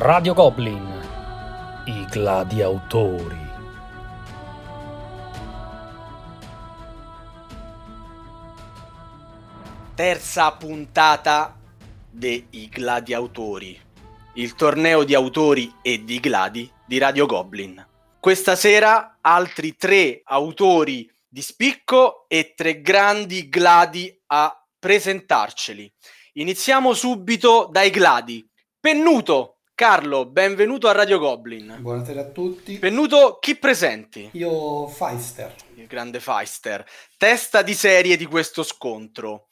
Radio Goblin, i gladiatori. Terza puntata dei Gladiatori, il torneo di autori e di gladi di Radio Goblin. Questa sera altri 3 autori di spicco e 3 grandi gladi a presentarceli. Iniziamo subito dai gladi. Pennuto, Carlo, benvenuto a Radio Goblin. Buonasera a tutti. Pennuto, chi presenti? Io Feister. Il grande Feister, testa di serie di questo scontro.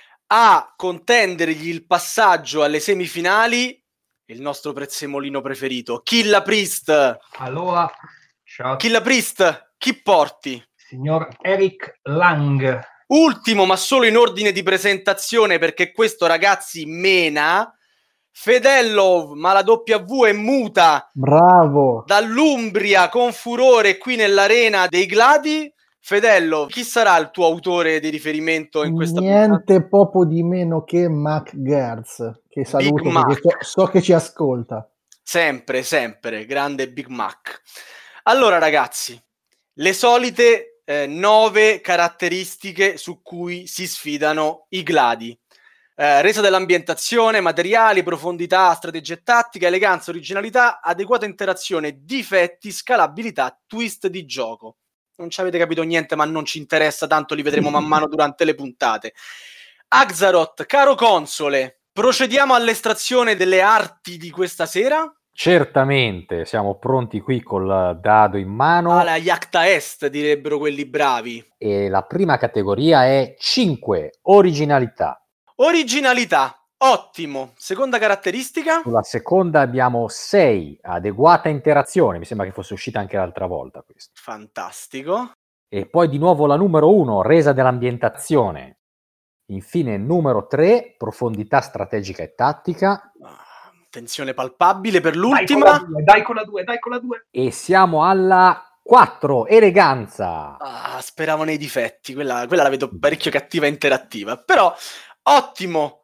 A contendergli il passaggio alle semifinali il nostro prezzemolino preferito, Killa Priest. Allora, ciao. Killa Priest, chi porti? Signor Eric Lang. Ultimo, ma solo in ordine di presentazione, perché questo, ragazzi, mena. Fedellov, ma la W è muta. Bravo. Dall'Umbria, con furore, qui nell'arena dei gladi. Fedello, chi sarà il tuo autore di riferimento in questa Niente poco di meno che Mac Gertz, che saluto perché so che ci ascolta. Sempre, grande Big Mac. Allora ragazzi, le solite 9 caratteristiche su cui si sfidano i gladi. Resa dell'ambientazione, materiali, profondità, strategia e tattica, eleganza, originalità, adeguata interazione, difetti, scalabilità, twist di gioco. Non ci avete capito niente, ma non ci interessa, tanto li vedremo man mano durante le puntate. Axaroth, caro console, procediamo all'estrazione delle arti di questa sera? Certamente, siamo pronti qui col dado in mano. Alla Iacta Est, direbbero quelli bravi. E la prima categoria è 5, originalità. Originalità, ottimo. Seconda caratteristica? Sulla seconda abbiamo 6, adeguata interazione. Mi sembra che fosse uscita anche l'altra volta questa. Fantastico. E poi di nuovo la numero 1, resa dell'ambientazione. Infine numero 3, profondità strategica e tattica. Tensione palpabile per l'ultima. Dai con la 2. E siamo alla 4, eleganza. Speravo nei difetti, quella la vedo parecchio cattiva e interattiva. Però, ottimo.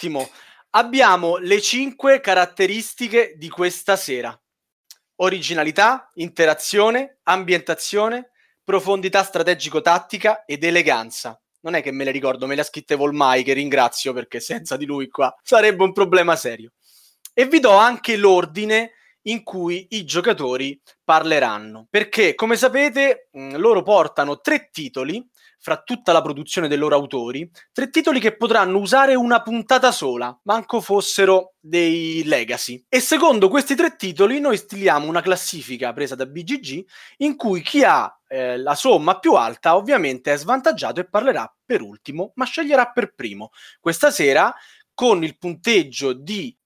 Abbiamo le 5 caratteristiche di questa sera. Originalità, interazione, ambientazione, profondità strategico-tattica ed eleganza. Non è che me le ricordo, me le ha scritte Volmai, che ringrazio perché senza di lui qua sarebbe un problema serio. E vi do anche l'ordine in cui i giocatori parleranno, perché come sapete loro portano 3 titoli fra tutta la produzione dei loro autori, 3 titoli che potranno usare una puntata sola, manco fossero dei legacy. E secondo questi 3 titoli noi stiliamo una classifica presa da BGG in cui chi ha la somma più alta ovviamente è svantaggiato e parlerà per ultimo, ma sceglierà per primo. Questa sera, con il punteggio di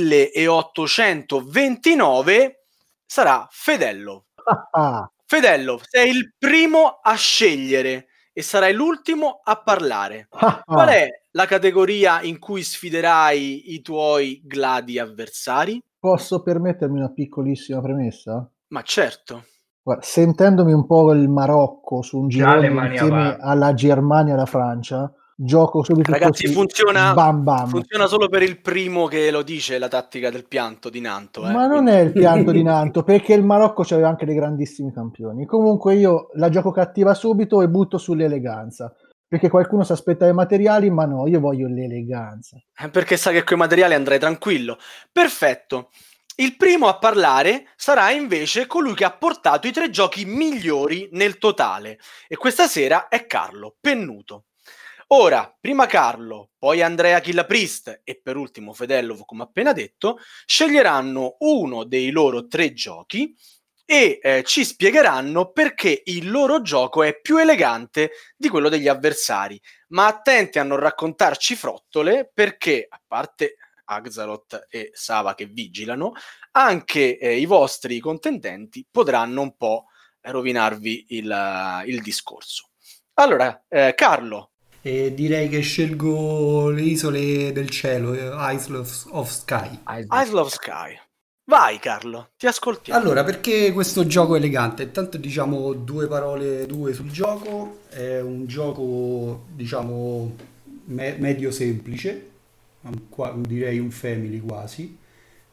1829, sarà Fedellov. Fedellov, sei il primo a scegliere e sarai l'ultimo a parlare. Qual è la categoria in cui sfiderai i tuoi gladi avversari? Posso permettermi una piccolissima premessa? Ma certo. Guarda, sentendomi un po' il Marocco su un girone insieme alla Germania e alla Francia, gioco subito. Ragazzi, così, funziona bam. solo per il primo che lo dice la tattica del pianto di Nanto. Ma non è il pianto di Nanto, perché il Marocco c'aveva anche dei grandissimi campioni. Comunque io la gioco cattiva subito e butto sull'eleganza, perché qualcuno si aspetta i materiali, ma no, io voglio l'eleganza. Perché sa che coi materiali andrai tranquillo. Perfetto. Il primo a parlare sarà invece colui che ha portato i 3 giochi migliori nel totale. E questa sera è Carlo Pennuto. Ora, prima Carlo, poi Andrea Killa Priest e per ultimo Fedellov, come appena detto, sceglieranno uno dei loro 3 giochi e ci spiegheranno perché il loro gioco è più elegante di quello degli avversari. Ma attenti a non raccontarci frottole, perché a parte Axaroth e Sava che vigilano, anche i vostri contendenti potranno un po' rovinarvi il discorso. Allora, Carlo. Direi che scelgo le isole del cielo, Isle of Sky. Isle of Sky. Vai Carlo, ti ascoltiamo. Allora, perché questo gioco è elegante? Intanto diciamo 2 parole sul gioco. È un gioco, diciamo, medio semplice, direi un family quasi.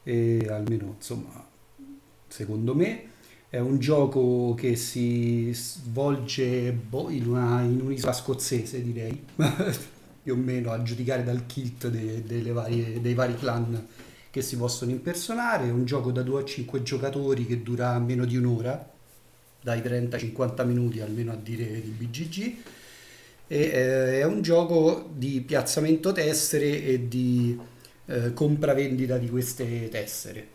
e almeno insomma secondo me è un gioco che si svolge in un'isola scozzese, direi, più o meno a giudicare dal kit dei vari clan che si possono impersonare. È un gioco da 2 a 5 giocatori che dura meno di un'ora, dai 30-50 minuti almeno a dire di BGG, e è un gioco di piazzamento tessere e di compravendita di queste tessere.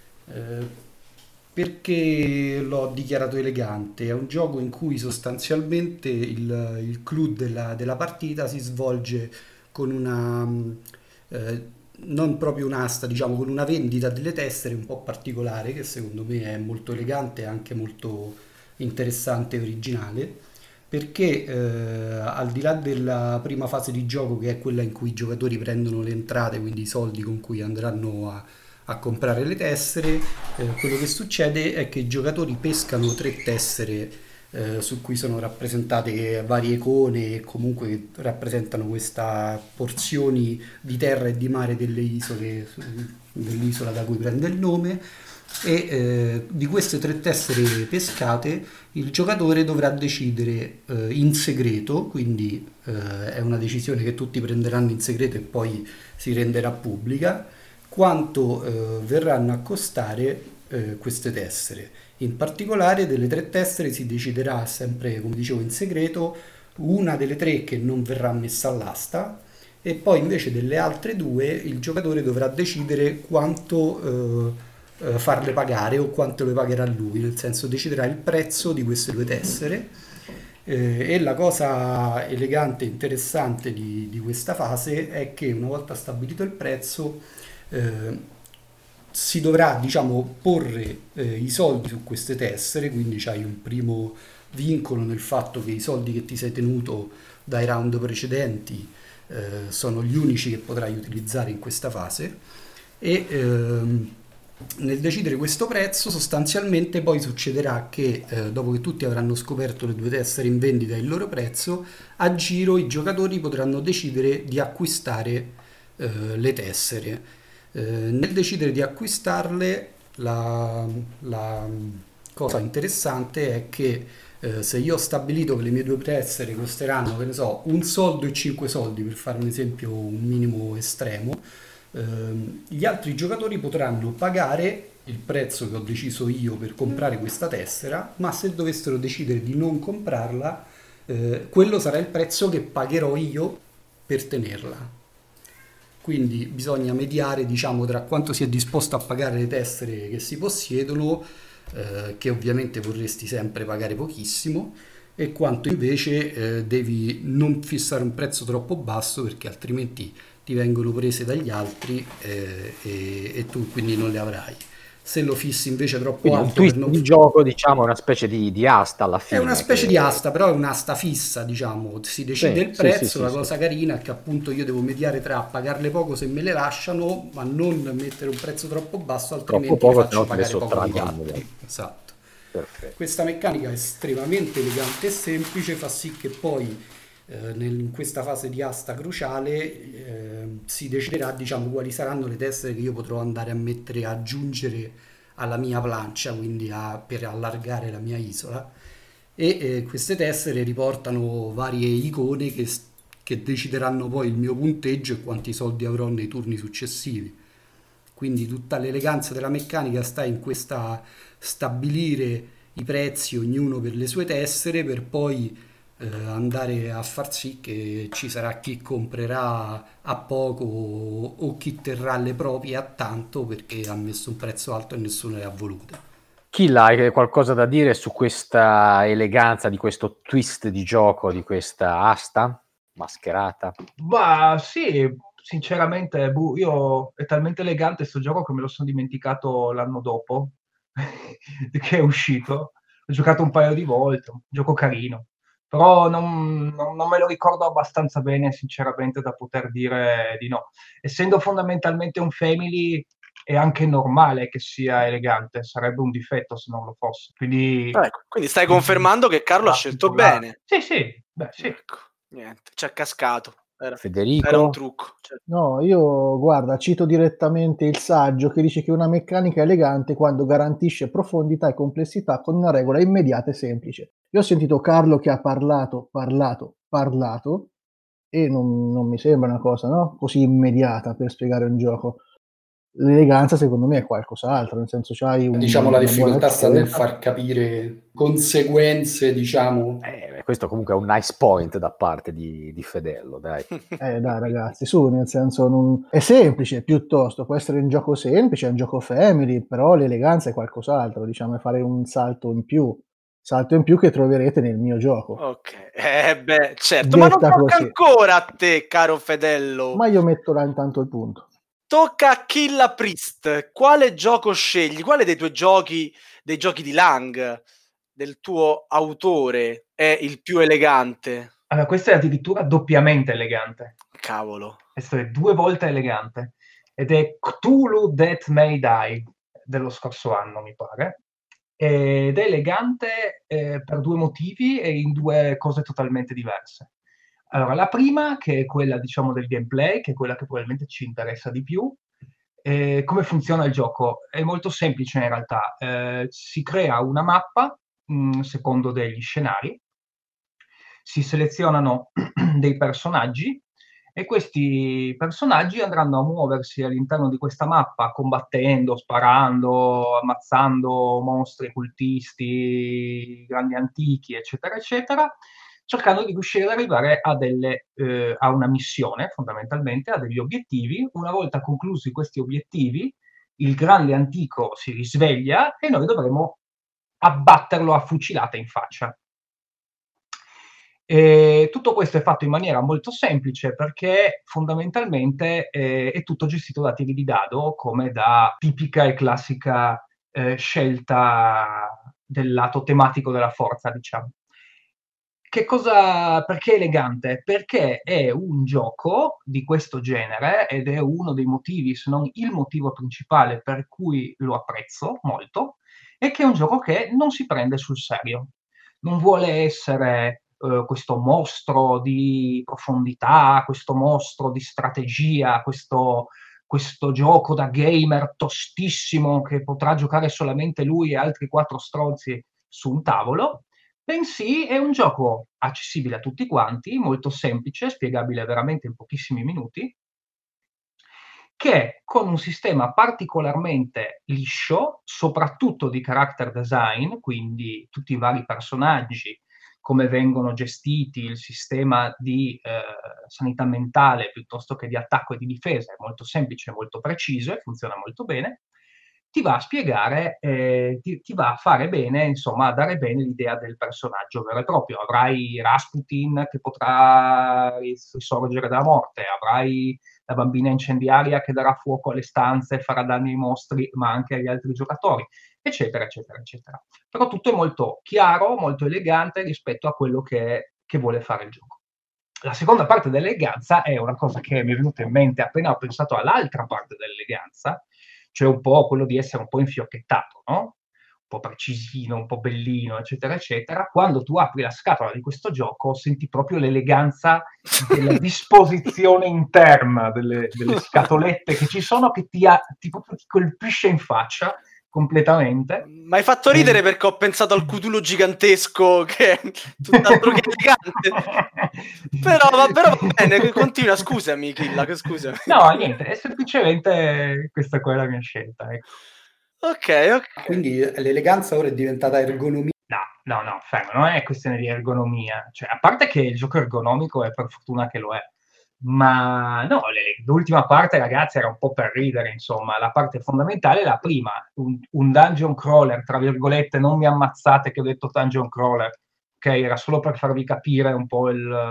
Perché l'ho dichiarato elegante? È un gioco in cui sostanzialmente il clou della partita si svolge con una non proprio un'asta, diciamo, con una vendita delle tessere un po' particolare, che secondo me è molto elegante e anche molto interessante e originale, perché al di là della prima fase di gioco, che è quella in cui i giocatori prendono le entrate, quindi i soldi con cui andranno a comprare le tessere, quello che succede è che i giocatori pescano 3 tessere su cui sono rappresentate varie icone e comunque rappresentano queste porzioni di terra e di mare delle isole, dell'isola da cui prende il nome, e di queste 3 tessere pescate il giocatore dovrà decidere in segreto, quindi è una decisione che tutti prenderanno in segreto e poi si renderà pubblica, quanto verranno a costare queste tessere. In particolare delle 3 tessere si deciderà sempre, come dicevo, in segreto, una delle 3 che non verrà messa all'asta, e poi invece delle altre 2 il giocatore dovrà decidere quanto farle pagare o quanto le pagherà lui, nel senso deciderà il prezzo di queste 2 tessere. E la cosa elegante e interessante di questa fase è che una volta stabilito il prezzo si dovrà, diciamo, porre i soldi su queste tessere, quindi c'hai un primo vincolo nel fatto che i soldi che ti sei tenuto dai round precedenti sono gli unici che potrai utilizzare in questa fase, e nel decidere questo prezzo sostanzialmente poi succederà che dopo che tutti avranno scoperto le 2 tessere in vendita e il loro prezzo, a giro i giocatori potranno decidere di acquistare le tessere. Nel decidere di acquistarle, la cosa interessante è che se io ho stabilito che le mie 2 tessere costeranno, che ne so, 1 soldo e 5 soldi, per fare un esempio un minimo estremo, gli altri giocatori potranno pagare il prezzo che ho deciso io per comprare questa tessera, ma se dovessero decidere di non comprarla, quello sarà il prezzo che pagherò io per tenerla. Quindi bisogna mediare, diciamo, tra quanto si è disposto a pagare le tessere che si possiedono, che ovviamente vorresti sempre pagare pochissimo, e quanto invece devi non fissare un prezzo troppo basso, perché altrimenti ti vengono prese dagli altri e tu quindi non le avrai. Se lo fissi invece troppo quindi alto, un twist di gioco, diciamo, è una specie di asta alla fine. è una specie di asta, però è un'asta fissa, diciamo, si decide il prezzo. La cosa carina è che appunto io devo mediare tra pagarle poco se me le lasciano, ma non mettere un prezzo troppo basso, altrimenti troppo poco, faccio pagare poco agli altri. Esatto. Perfetto. Questa meccanica è estremamente elegante e semplice, fa sì che poi in questa fase di asta cruciale si deciderà, diciamo, quali saranno le tessere che io potrò andare a mettere, a aggiungere alla mia plancia, quindi per allargare la mia isola, e queste tessere riportano varie icone che decideranno poi il mio punteggio e quanti soldi avrò nei turni successivi. Quindi tutta l'eleganza della meccanica sta in questa stabilire i prezzi ognuno per le sue tessere, per poi andare a far sì che ci sarà chi comprerà a poco o chi terrà le proprie a tanto perché ha messo un prezzo alto e nessuno le ha volute. Killa, hai qualcosa da dire su questa eleganza, di questo twist di gioco, di questa asta mascherata? Ma sì, sinceramente, io è talmente elegante sto gioco che me lo sono dimenticato l'anno dopo che è uscito. Ho giocato un paio di volte, un gioco carino, però non me lo ricordo abbastanza bene, sinceramente, da poter dire di no. Essendo fondamentalmente un family, è anche normale che sia elegante, sarebbe un difetto se non lo fosse. Quindi stai confermando che Carlo ha scelto bene. Sì, beh, sì. Ecco, niente, ci ha cascato. Federico? Era un trucco. Cioè. No, io guarda, cito direttamente il saggio che dice che una meccanica è elegante quando garantisce profondità e complessità con una regola immediata e semplice. Io ho sentito Carlo che ha parlato e non mi sembra una cosa, no? Così immediata per spiegare un gioco. L'eleganza secondo me è qualcos'altro, nel senso c'hai Diciamo la una buona difficoltà sta nel scelta. far capire conseguenze, diciamo. Questo comunque è un nice point da parte di Fedello, dai. Dai ragazzi, su, nel senso è semplice piuttosto, può essere un gioco semplice, è un gioco family, però l'eleganza è qualcos'altro, diciamo, è fare un salto in più che troverete nel mio gioco. Ok, beh, certo, ma non Detta tocca così. ancora a te, caro Fedello. Ma io metto là intanto il punto. Tocca a Killa Priest. Quale gioco scegli? Quale dei tuoi giochi, dei giochi di Lang, del tuo autore, è il più elegante? Allora, questo è addirittura doppiamente elegante. Cavolo. Questo è 2 volte elegante. Ed è Cthulhu Death May Die, dello scorso anno, mi pare. Ed è elegante per 2 motivi e in 2 cose totalmente diverse. Allora, la prima, che è quella, diciamo, del gameplay, che è quella che probabilmente ci interessa di più. Come funziona il gioco? È molto semplice in realtà. Si crea una mappa secondo degli scenari, si selezionano dei personaggi e questi personaggi andranno a muoversi all'interno di questa mappa combattendo, sparando, ammazzando mostri, cultisti, grandi antichi, eccetera, eccetera, cercando di riuscire ad arrivare a una missione, fondamentalmente, a degli obiettivi. Una volta conclusi questi obiettivi, il grande antico si risveglia e noi dovremo abbatterlo a fucilata in faccia. E tutto questo è fatto in maniera molto semplice perché fondamentalmente è tutto gestito da tiri di dado, come da tipica e classica scelta del lato tematico della forza, diciamo. Perché è elegante? Perché è un gioco di questo genere ed è uno dei motivi, se non il motivo principale per cui lo apprezzo molto, è che è un gioco che non si prende sul serio. Non vuole essere questo mostro di profondità, questo mostro di strategia, questo gioco da gamer tostissimo che potrà giocare solamente lui e altri 4 stronzi su un tavolo, bensì è un gioco accessibile a tutti quanti, molto semplice, spiegabile veramente in pochissimi minuti, che con un sistema particolarmente liscio, soprattutto di character design, quindi tutti i vari personaggi, come vengono gestiti, il sistema di sanità mentale piuttosto che di attacco e di difesa, è molto semplice, molto preciso e funziona molto bene, ti va a spiegare, ti va a fare bene, insomma, a dare bene l'idea del personaggio vero e proprio. Avrai Rasputin che potrà risorgere dalla morte, avrai la bambina incendiaria che darà fuoco alle stanze e farà danni ai mostri, ma anche agli altri giocatori, eccetera, eccetera, eccetera. Però tutto è molto chiaro, molto elegante rispetto a quello che vuole fare il gioco. La seconda parte dell'eleganza è una cosa che mi è venuta in mente appena ho pensato all'altra parte dell'eleganza, cioè un po' quello di essere un po' infiocchettato, no? Un po' precisino, un po' bellino, eccetera, eccetera. Quando tu apri la scatola di questo gioco senti proprio l'eleganza della disposizione interna delle scatolette che ci sono, che ti colpisce in faccia completamente. Ma hai fatto ridere perché ho pensato al Cthulhu gigantesco che è tutt'altro che elegante. però va bene, continua, scusami Killa, scusami. No, niente, è semplicemente questa qua è la mia scelta, ecco. Ok. Quindi l'eleganza ora è diventata ergonomia. No, fermo, non è questione di ergonomia. Cioè, a parte che il gioco ergonomico è per fortuna che lo è. Ma no, l'ultima parte, ragazzi, era un po' per ridere, insomma. La parte fondamentale è la prima. Un dungeon crawler, tra virgolette, non mi ammazzate che ho detto dungeon crawler. Ok, era solo per farvi capire un po' il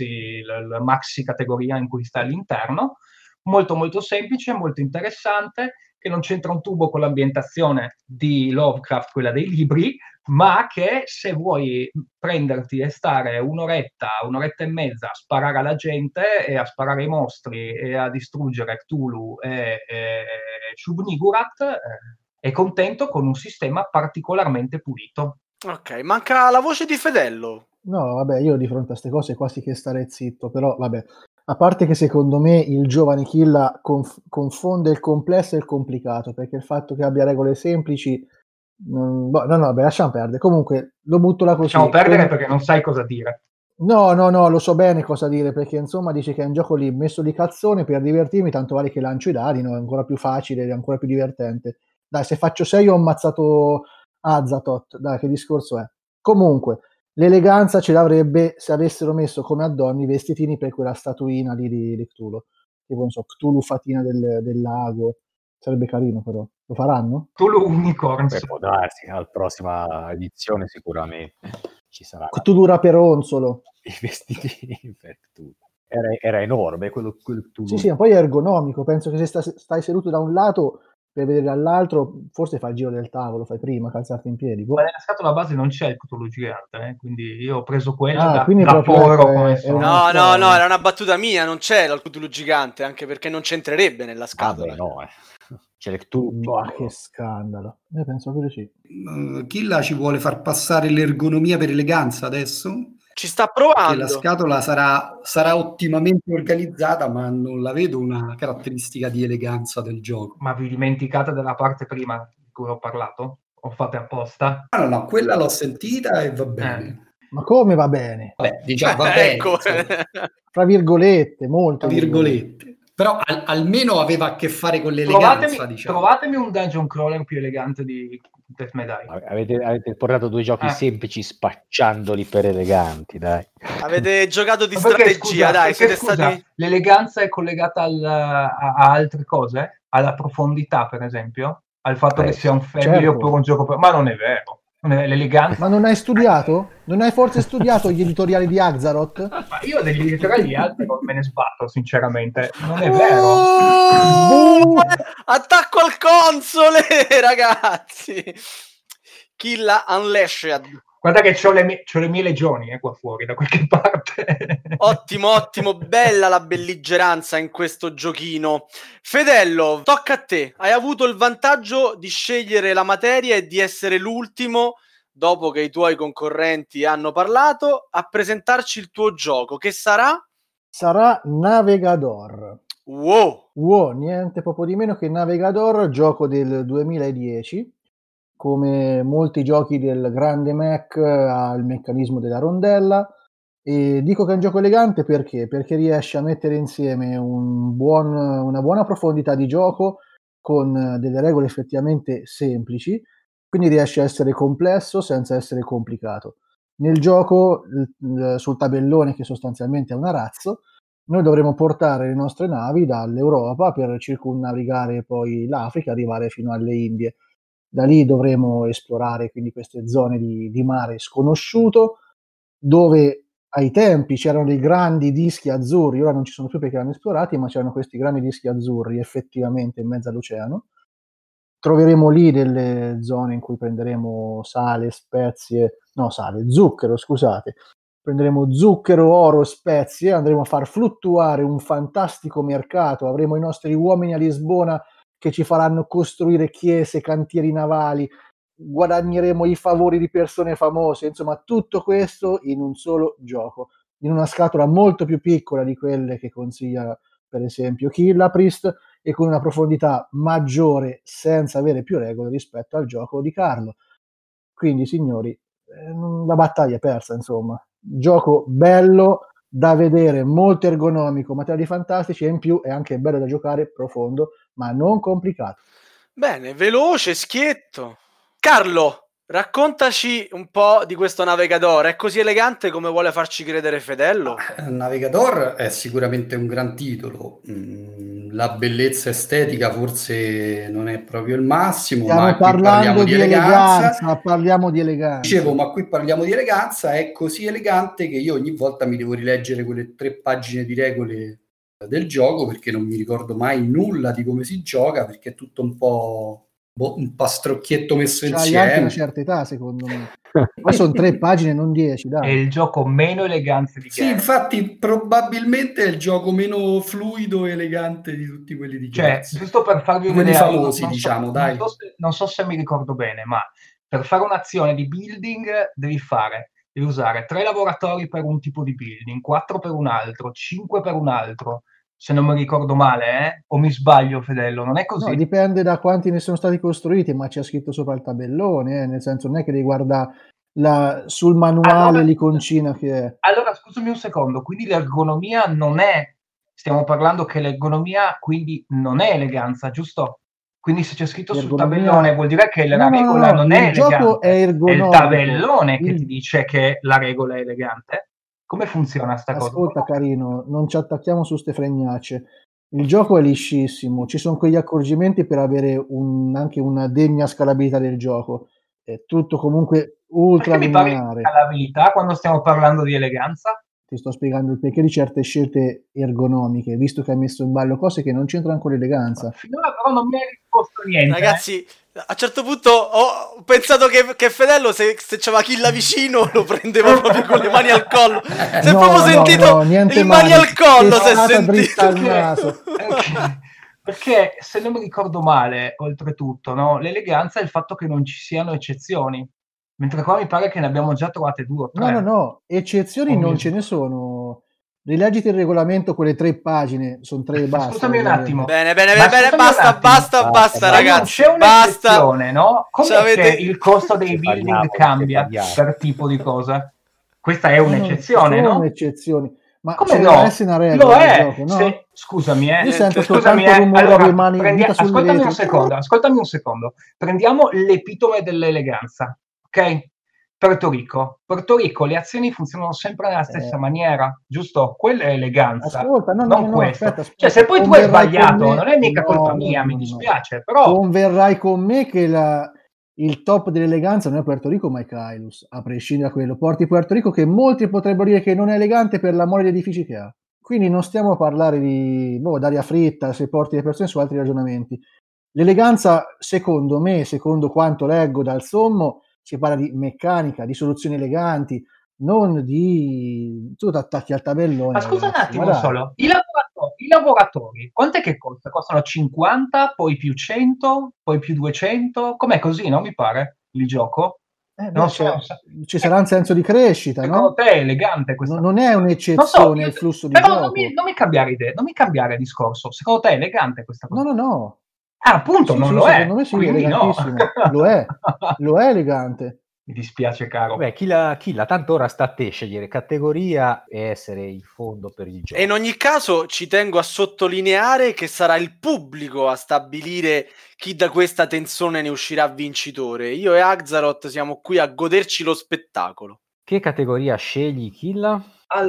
maxi categoria in cui sta all'interno. Molto molto semplice, molto interessante, che non c'entra un tubo con l'ambientazione di Lovecraft, quella dei libri, ma che se vuoi prenderti e stare un'oretta e mezza a sparare alla gente e a sparare ai mostri e a distruggere Cthulhu e Shub-Niggurath, è contento con un sistema particolarmente pulito. Ok, manca la voce di Fedello. No, vabbè, io di fronte a queste cose quasi che starei zitto, però vabbè. A parte che secondo me il giovane Killa confonde il complesso e il complicato, perché il fatto che abbia regole semplici... no, vabbè, lasciamo perdere. Comunque, lo butto là così. Lasciamo perdere perché non sai cosa dire. No, lo so bene cosa dire, perché insomma dice che è un gioco lì messo di cazzone per divertirmi, tanto vale che lancio i dadi, no? È ancora più facile, è ancora più divertente. Dai, se faccio 6 ho ammazzato Azathoth, dai, che discorso è? Comunque, l'eleganza ce l'avrebbe se avessero messo come addonni i vestitini per quella statuina lì di Cthulhu, tipo non so, Cthulhu fatina del lago, sarebbe carino però. Lo faranno? Cthulhu Unicorns. Può darsi, alla prossima edizione sicuramente ci sarà Cthulhu raperonzolo. i vestiti per Cthulhu. Era enorme quello Cthulhu. Sì, ma poi è ergonomico, penso che se stai seduto da un lato per vedere dall'altro, forse fai il giro del tavolo, fai prima, calzarti in piedi. Ma nella scatola base non c'è il Cthulhu gigante, quindi io ho preso quello da proprio povero come sono. No, era una battuta mia, non c'è il Cthulhu gigante, anche perché non c'entrerebbe nella scatola. C'è il Cthulhu. Ma che scandalo. Io penso che sì. Killa ci vuole far passare l'ergonomia per eleganza adesso? Ci sta provando. Che la scatola sarà ottimamente organizzata, ma non la vedo una caratteristica di eleganza del gioco. Ma vi dimenticate della parte prima di cui ho parlato? O fate apposta? No, quella l'ho sentita e va bene. Ma come va bene? Vabbè, diciamo va bene. Ecco. Tra virgolette, molto. Tra virgolette. Però almeno aveva a che fare con l'eleganza, trovatemi un dungeon crawler più elegante di Death May Die. Avete portato 2 giochi semplici spacciandoli per eleganti, dai. Avete giocato di strategia, dai. Stati... L'eleganza è collegata a altre cose? Alla profondità, per esempio? Al fatto che sia un family oppure un gioco... Ma non è vero. L'eleganza. Ma non hai studiato? Non hai forse studiato gli editoriali di Axaroth? Ma io degli editoriali di Axaroth me ne sbatto, sinceramente. Non è vero. Attacco al console, ragazzi. Killa Unleashed. Guarda che c'ho le mie legioni qua fuori, da qualche parte. Ottimo, bella la belligeranza in questo giochino. Fedello, tocca a te. Hai avuto il vantaggio di scegliere la materia e di essere l'ultimo, dopo che i tuoi concorrenti hanno parlato, a presentarci il tuo gioco, che sarà? Sarà Navegador. Wow, niente poco di meno che Navegador, gioco del 2010. Come molti giochi del grande Mac ha il meccanismo della rondella, e dico che è un gioco elegante perché riesce a mettere insieme una buona profondità di gioco con delle regole effettivamente semplici, quindi riesce a essere complesso senza essere complicato. Nel gioco, sul tabellone, che sostanzialmente è un arazzo, noi dovremo portare le nostre navi dall'Europa per circumnavigare poi l'Africa, arrivare fino alle Indie. Da lì dovremo esplorare quindi queste zone di mare sconosciuto, dove ai tempi c'erano dei grandi dischi azzurri, ora non ci sono più perché erano esplorati, ma c'erano questi grandi dischi azzurri effettivamente in mezzo all'oceano. Troveremo lì delle zone in cui prenderemo zucchero, scusate. Prenderemo zucchero, oro, spezie, andremo a far fluttuare un fantastico mercato, avremo i nostri uomini a Lisbona che ci faranno costruire chiese, cantieri navali, guadagneremo i favori di persone famose, insomma tutto questo in un solo gioco, in una scatola molto più piccola di quelle che consiglia per esempio Killapriest e con una profondità maggiore senza avere più regole rispetto al gioco di Carlo. Quindi signori, la battaglia è persa, insomma. Gioco bello da vedere, molto ergonomico, materiali fantastici e in più è anche bello da giocare, profondo, ma non complicato. Bene, veloce, schietto. Carlo, raccontaci un po' di questo Navegador. È così elegante come vuole farci credere Fedello? Navegador è sicuramente un gran titolo. La bellezza estetica forse non è proprio il massimo. Stiamo parlando di eleganza. Parliamo di eleganza. Dicevo, ma qui parliamo di eleganza. È così elegante che io ogni volta mi devo rileggere quelle 3 pagine di regole del gioco, perché non mi ricordo mai nulla di come si gioca, perché è tutto un po' un pastrocchietto messo insieme. Hai anche una certa età, secondo me. Poi sono 3 pagine, non 10, dai. È il gioco meno elegante di Sì, infatti probabilmente è il gioco meno fluido e elegante di tutti quelli di Gears. Cioè, giusto per farvi quelli un'idea, famosi, diciamo, dai. Non so se mi ricordo bene, ma per fare un'azione di building devi fare devi usare 3 lavoratori per un tipo di building, 4 per un altro, 5 per un altro, se non mi ricordo male, o mi sbaglio, Fedello, non è così? No, dipende da quanti ne sono stati costruiti, ma c'è scritto sopra il tabellone, nel senso non è che devi guardare sul manuale Allora- l'iconcina che è. Allora, scusami un secondo, quindi l'ergonomia non è, stiamo parlando che l'ergonomia quindi non è eleganza, giusto? Quindi se c'è scritto sul L'ergonomia- tabellone vuol dire che la No, no, regola no, non è il gioco elegante. è È il ergonomico. tabellone che Il- ti dice che la regola è elegante? Come funziona sta cosa? Ascolta carino, non ci attacchiamo su ste fregnacce. Il gioco è liscissimo, ci sono quegli accorgimenti per avere anche una degna scalabilità del gioco. È tutto comunque ultra Perché mi parli di lineare. scalabilità quando stiamo parlando di eleganza? Ti sto spiegando il perché di certe scelte ergonomiche, visto che hai messo in ballo cose che non c'entrano con l'eleganza. Finora però non mi hai risposto niente. Ragazzi, a un certo punto ho pensato che Fedello, se c'aveva Killa vicino, lo prendeva proprio con le mani al collo. Si è No, proprio no, sentito no, niente le mani al collo, si è testata dritta al sentito. naso. Perché se non mi ricordo male, oltretutto, no, l'eleganza è il fatto che non ci siano eccezioni. Mentre qua mi pare che ne abbiamo già trovate 2 o 3. No, eccezioni Oh, non mio ce Dio. ne sono. Rileggiti il regolamento, quelle 3 pagine, sono 3 e basta. Scusami un attimo. Bene, Ma scusami un basta, attimo. basta, Ma ragazzi. non c'è Basta. un'eccezione, no? Come C'avete- che il costo dei building cambia per tipo di cosa? Questa è un'eccezione, sono no? eccezioni. Ma Come ci no? deve essere una regola Lo nel è. gioco, no? Scusami, Io sento scusami, soltanto rumore allora, di mani, dita sulle ascoltami un vetri. ascoltami un secondo. Prendiamo l'epitome dell'eleganza, ok? Porto Rico, le azioni funzionano sempre nella stessa maniera, giusto? Quella è eleganza, Ascolta, no, non no, questo. aspetta, Cioè, se poi tu hai converrai con sbagliato, me- non è mica no, colpa no, mia, no, mi no. dispiace, però Converrai con me che il top dell'eleganza non è Puerto Rico ma è Kailus, a prescindere da quello. Porti Puerto Rico che molti potrebbero dire che non è elegante per la mole di edifici che ha. Quindi non stiamo a parlare di d'aria fritta se porti le persone su altri ragionamenti. L'eleganza, secondo me, secondo quanto leggo dal sommo, si parla di meccanica, di soluzioni eleganti, non di tu ti attacchi al tabellone. ma scusa un ragazzi, attimo ma dai. solo, i lavoratori, quant'è che costa? Costano 50, poi più 100, poi più 200? Com'è così, no? Mi pare, il gioco? Non so, Ci sarà un senso di crescita, secondo no? te è elegante questa Non è Non so, un'eccezione il flusso di però gioco. non mi cambiare idea, non mi cambiare discorso. Secondo te è elegante questa cosa? No. Ah, appunto, Sì, non sì, lo è. secondo me sì, è Quindi no. elegantissimo. Lo è elegante. Mi dispiace, caro. Vabbè, Killa, tanto ora sta a te scegliere categoria e essere il fondo per il gioco. E in ogni caso ci tengo a sottolineare che sarà il pubblico a stabilire chi da questa tenzone ne uscirà vincitore. Io e Axaroth siamo qui a goderci lo spettacolo. Che categoria scegli, Killa?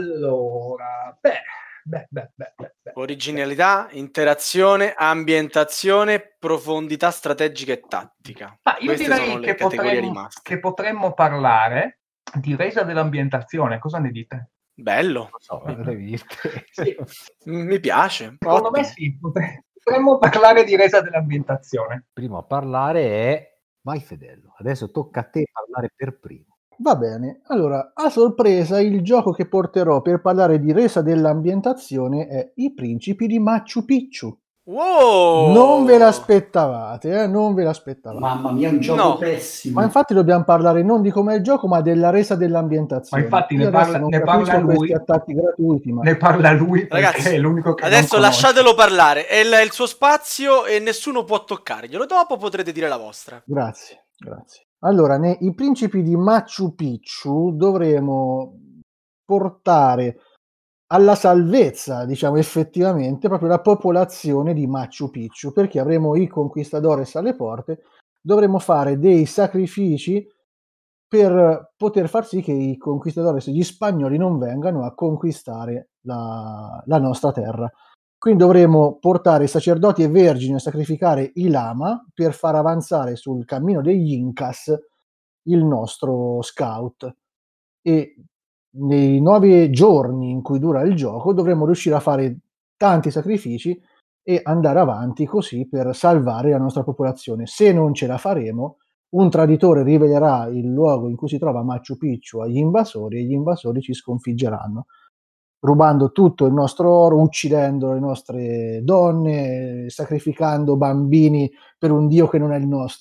Allora, beh. Originalità, interazione, ambientazione, profondità strategica e tattica. Ma io Queste sono direi le categorie rimaste. che potremmo parlare di resa dell'ambientazione. Cosa ne dite? Bello. Non so, devi dirti. Sì. Mi piace. Secondo Ottimo. me sì, potremmo parlare di resa dell'ambientazione. Primo a parlare è vai Fedello. Adesso tocca a te parlare per primo. Va bene, allora, a sorpresa il gioco che porterò per parlare di resa dell'ambientazione è I Principi di Machu Picchu. Wow! Non ve l'aspettavate, non ve l'aspettavate. Mamma mia, è un gioco No. pessimo. Ma infatti dobbiamo parlare non di com'è il gioco, ma della resa dell'ambientazione. Ma infatti Io ne adesso parla- non ne capisco parla lui. questi attacchi gratuiti, ma Ne parla lui perché Ragazzi, è l'unico che adesso non conosce. lasciatelo parlare, è il suo spazio e nessuno può toccarglielo. Dopo potrete dire la vostra. grazie. Allora, I Principi di Machu Picchu dovremo portare alla salvezza, diciamo effettivamente, proprio la popolazione di Machu Picchu, perché avremo i conquistadores alle porte, dovremo fare dei sacrifici per poter far sì che i conquistadores, gli spagnoli, non vengano a conquistare la nostra terra. Quindi dovremo portare i sacerdoti e vergini a sacrificare i lama per far avanzare sul cammino degli Incas il nostro scout. E nei 9 giorni in cui dura il gioco dovremo riuscire a fare tanti sacrifici e andare avanti così per salvare la nostra popolazione. Se non ce la faremo, un traditore rivelerà il luogo in cui si trova Machu Picchu agli invasori e gli invasori ci sconfiggeranno, rubando tutto il nostro oro, uccidendo le nostre donne, sacrificando bambini per un dio che non è il nostro.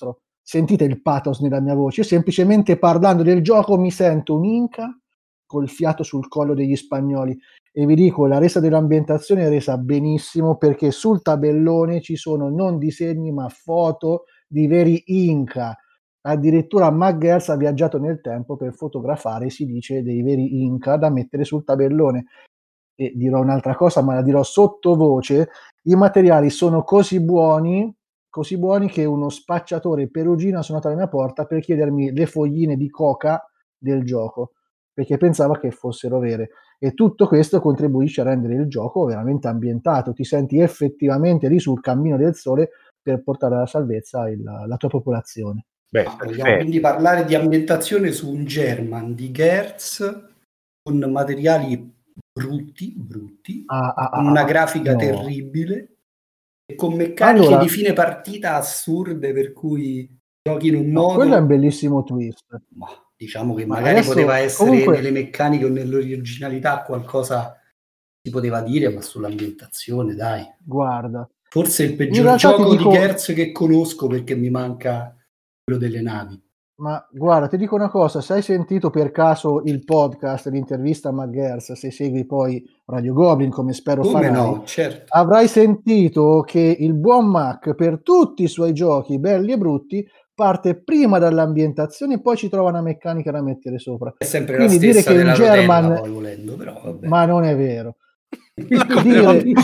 sentite il pathos nella mia voce, io semplicemente parlando del gioco mi sento un Inca col fiato sul collo degli spagnoli, e vi dico, la resa dell'ambientazione è resa benissimo, perché sul tabellone ci sono non disegni ma foto di veri Inca. Addirittura McGuinness ha viaggiato nel tempo per fotografare, si dice, dei veri Inca da mettere sul tabellone. E dirò un'altra cosa, ma la dirò sottovoce: i materiali sono così buoni che uno spacciatore perugino ha suonato alla mia porta per chiedermi le fogline di coca del gioco, perché pensava che fossero vere. E tutto questo contribuisce a rendere il gioco veramente ambientato, ti senti effettivamente lì sul cammino del sole per portare alla salvezza la tua popolazione. Vogliamo quindi parlare di ambientazione su un German di Gerz con materiali brutti, con una grafica terribile e con meccaniche di fine partita assurde, per cui giochi in un modo... Quello è un bellissimo twist. Diciamo che magari poteva essere nelle meccaniche o nell'originalità qualcosa si poteva dire, ma sull'ambientazione, dai. Guarda. Forse il peggior gioco di Gerz che conosco, perché mi manca quello delle navi. Ma guarda, ti dico una cosa, se hai sentito per caso il podcast, l'intervista a McGuinness, se segui poi Radio Goblin, come spero farai, no, certo, avrai sentito che il buon Mac, per tutti i suoi giochi belli e brutti, parte prima dall'ambientazione e poi ci trova una meccanica da mettere sopra. È sempre quindi la stessa dire che della un German, rotella, poi volendo, però vabbè. Ma non è vero. Lui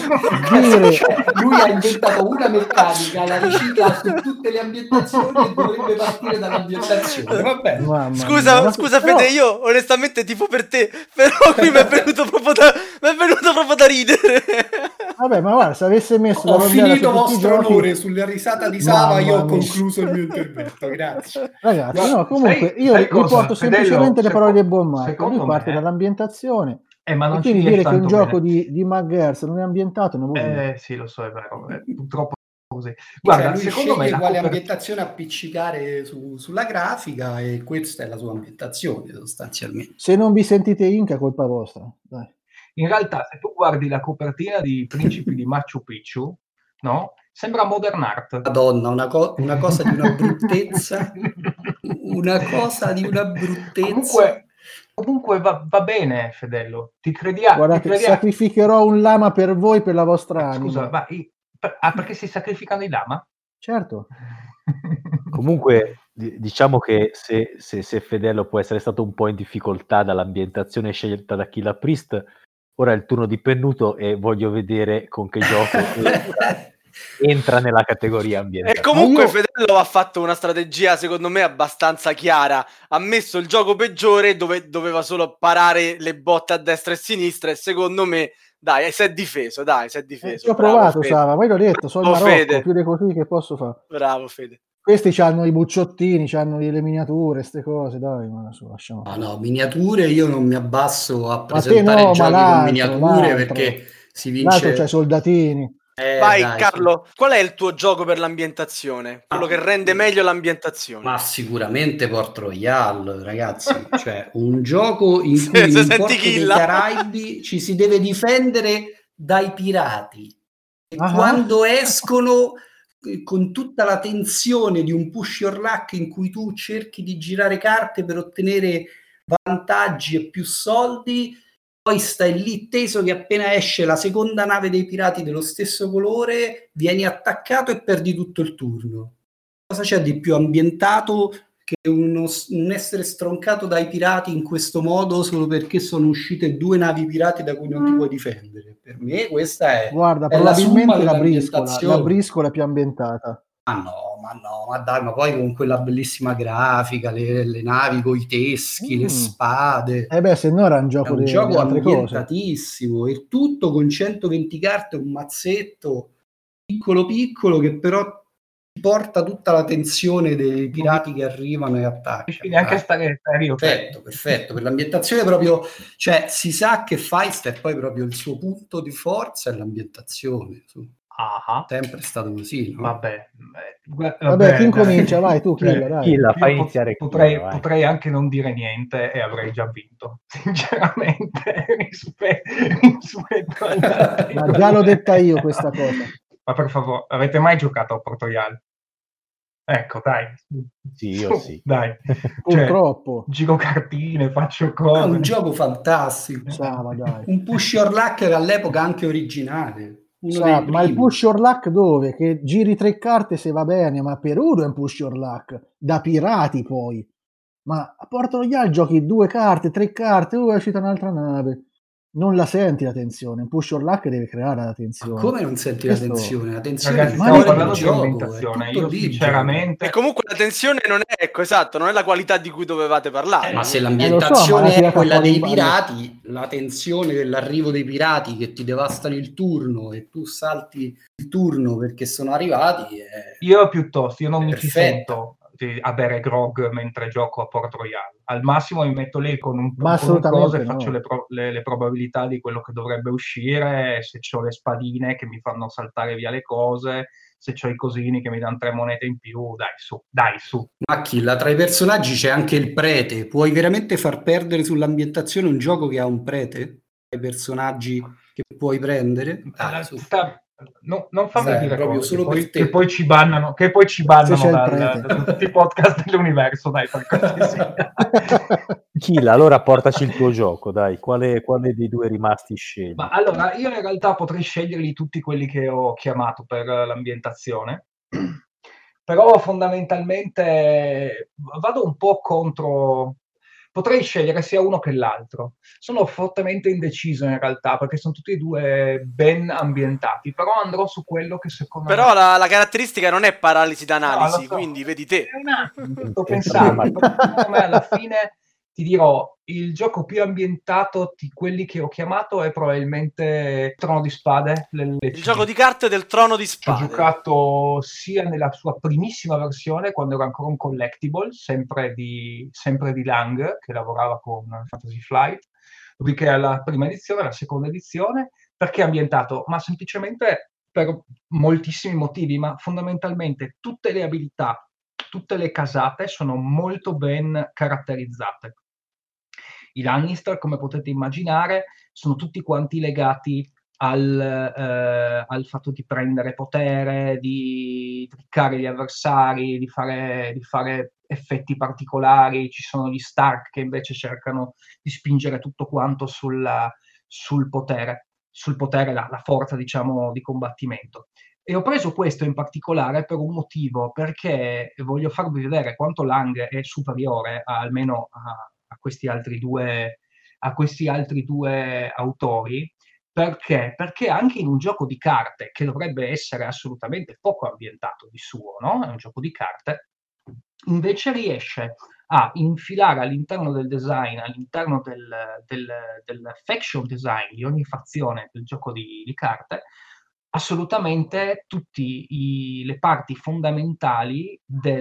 ha inventato una meccanica, la ricicla su tutte le ambientazioni e dovrebbe partire dall'ambientazione. Vabbè. Scusa Fede, io onestamente tifo per te, però qui mi è venuto proprio da ridere. Vabbè, ma guarda, se avesse messo ho finito vostro onore sulla risata di Sava, io ho concluso il mio intervento, grazie. Ragazzi, no, comunque io riporto semplicemente le parole del buon Marco. Lui parte dall'ambientazione. Ma non e quindi dire che un gioco di McGuinness non è ambientato non vuol dire. Sì, lo so, è vero, purtroppo così. Guarda, lui secondo me quale ambientazione appiccicare sulla grafica, e questa è la sua ambientazione sostanzialmente. Se non vi sentite Inca, colpa vostra. Dai. In realtà, se tu guardi la copertina di Principi di Machu Picchu, no? Sembra modern art. Madonna, una cosa di una bruttezza. Una cosa di una bruttezza. Comunque va bene, Fedello. Ti crediamo. Guardate, sacrificherò un lama per voi, per la vostra anima. Scusa, ma perché si sacrificano i lama? Certo. Comunque, diciamo che se Fedello può essere stato un po' in difficoltà dall'ambientazione scelta da Killa Priest, ora è il turno di Pennuto e voglio vedere con che gioco entra nella categoria ambientale. E comunque Fedello ha fatto una strategia secondo me abbastanza chiara, ha messo il gioco peggiore dove doveva solo parare le botte a destra e a sinistra, e secondo me si è difeso. Ci ho provato, Sava, poi l'ho detto, sono il Marocco, più di così che posso fare. Bravo Fede. Questi hanno i bucciottini, hanno le miniature, queste cose, dai, ma adesso lasciamo. No, miniature io non mi abbasso a presentare giochi con miniature, perché si vince... L'altro c'è soldatini. Vai Carlo, qual è il tuo gioco per l'ambientazione? Quello che rende meglio l'ambientazione? Ma sicuramente Port Royale, ragazzi. Cioè, un gioco in cui in Porto dei Caraibi ci si deve difendere dai pirati. E quando escono, con tutta la tensione di un push your luck in cui tu cerchi di girare carte per ottenere vantaggi e più soldi, poi stai lì teso che appena esce la seconda nave dei pirati dello stesso colore vieni attaccato e perdi tutto il turno. Cosa c'è di più ambientato che un essere stroncato dai pirati in questo modo solo perché sono uscite 2 navi pirati da cui non ti puoi difendere? Per me questa è... Guarda, probabilmente la briscola è più ambientata. Ma dai, ma poi con quella bellissima grafica, le navi con i teschi, le spade. Se no era un gioco di ambientatissimo, e tutto con 120 carte, un mazzetto piccolo che però porta tutta la tensione dei pirati che arrivano e attaccano. Quindi anche stare perfetto, per l'ambientazione proprio, cioè si sa che Feist è poi proprio il suo punto di forza è l'ambientazione. Sempre stato così, no? Vabbè, chi incomincia? Vai tu, Killa, fai iniziare. Potrei anche non dire niente e avrei già vinto, sinceramente, rispetto ma già l'ho detta io questa cosa. Ma per favore, avete mai giocato a Port Royale? Ecco, dai. Sì, io sì. Dai. Purtroppo. Giro cartine, faccio È cose. un gioco fantastico. Sava, dai. Un push your luck che all'epoca anche originale. Uno Sa, dei ma il primi. push your luck dove? Che giri 3 carte se va bene, ma per uno è un push your luck. Da pirati poi. Ma a Porto Royale giochi 2 carte, 3 carte, è uscita un'altra nave. Non la senti la tensione. Un push your luck deve creare la tensione. Ma come non senti la Questo- tensione? La tensione Ragazzi, è il ma stiamo cuore del parlando di gioco, è ambientazione. tutto Io lì il sinceramente... E comunque la tensione non è, ecco, esatto, non è la qualità di cui dovevate parlare. Ma se lo so, l'ambientazione ma la è tirata quella fuori dei in ballo. pirati, la tensione dell'arrivo dei pirati che ti devastano il turno e tu salti il turno perché sono arrivati è Io piuttosto, io non mi ci perfetta. sento a bere grog mentre gioco a Port Royale. Al massimo mi metto lì con un Ma con assolutamente cosa e no. faccio le probabilità di quello che dovrebbe uscire, se ho le spadine che mi fanno saltare via le cose, se ho i cosini che mi danno 3 monete in più, dai su. Macchilla, tra i personaggi c'è anche il prete. Puoi veramente far perdere sull'ambientazione un gioco che ha un prete? I personaggi che puoi prendere? Dai, su. Non fammi dire proprio cose solo per te. che poi ci bannano Se c'è il prete. da tutti i podcast dell'universo, dai, per cortesia. Killa, allora portaci il tuo gioco, dai. Quale dei due rimasti scegli? Ma allora, io in realtà potrei sceglierli tutti quelli che ho chiamato per l'ambientazione, però fondamentalmente vado un po' contro... Potrei scegliere sia uno che l'altro. Sono fortemente indeciso in realtà, perché sono tutti e due ben ambientati, però andrò su quello che secondo me... Però la caratteristica non è paralisi d'analisi, No, lo so. quindi vedi te. È un attimo, sto pensando, perché secondo me alla fine ti dirò, il gioco più ambientato di quelli che ho chiamato è probabilmente Trono di Spade. Il gioco di carte del Trono di Ci ho Spade. giocato sia nella sua primissima versione, quando era ancora un collectible, sempre di Lang, che lavorava con Fantasy Flight, dopodiché alla prima edizione, alla seconda edizione. Perché è ambientato? Ma semplicemente per moltissimi motivi, ma fondamentalmente tutte le abilità, tutte le casate sono molto ben caratterizzate. I Lannister, come potete immaginare, sono tutti quanti legati al fatto di prendere potere, di triccare gli avversari, di fare effetti particolari. Ci sono gli Stark che invece cercano di spingere tutto quanto sul potere, la forza, diciamo, di combattimento. E ho preso questo in particolare per un motivo, perché voglio farvi vedere quanto Lang è superiore almeno a questi altri due autori. Perché? Perché anche in un gioco di carte, che dovrebbe essere assolutamente poco ambientato di suo, no? È un gioco di carte, invece riesce a infilare all'interno del design, all'interno del faction design di ogni fazione del gioco di carte, assolutamente tutte le parti fondamentali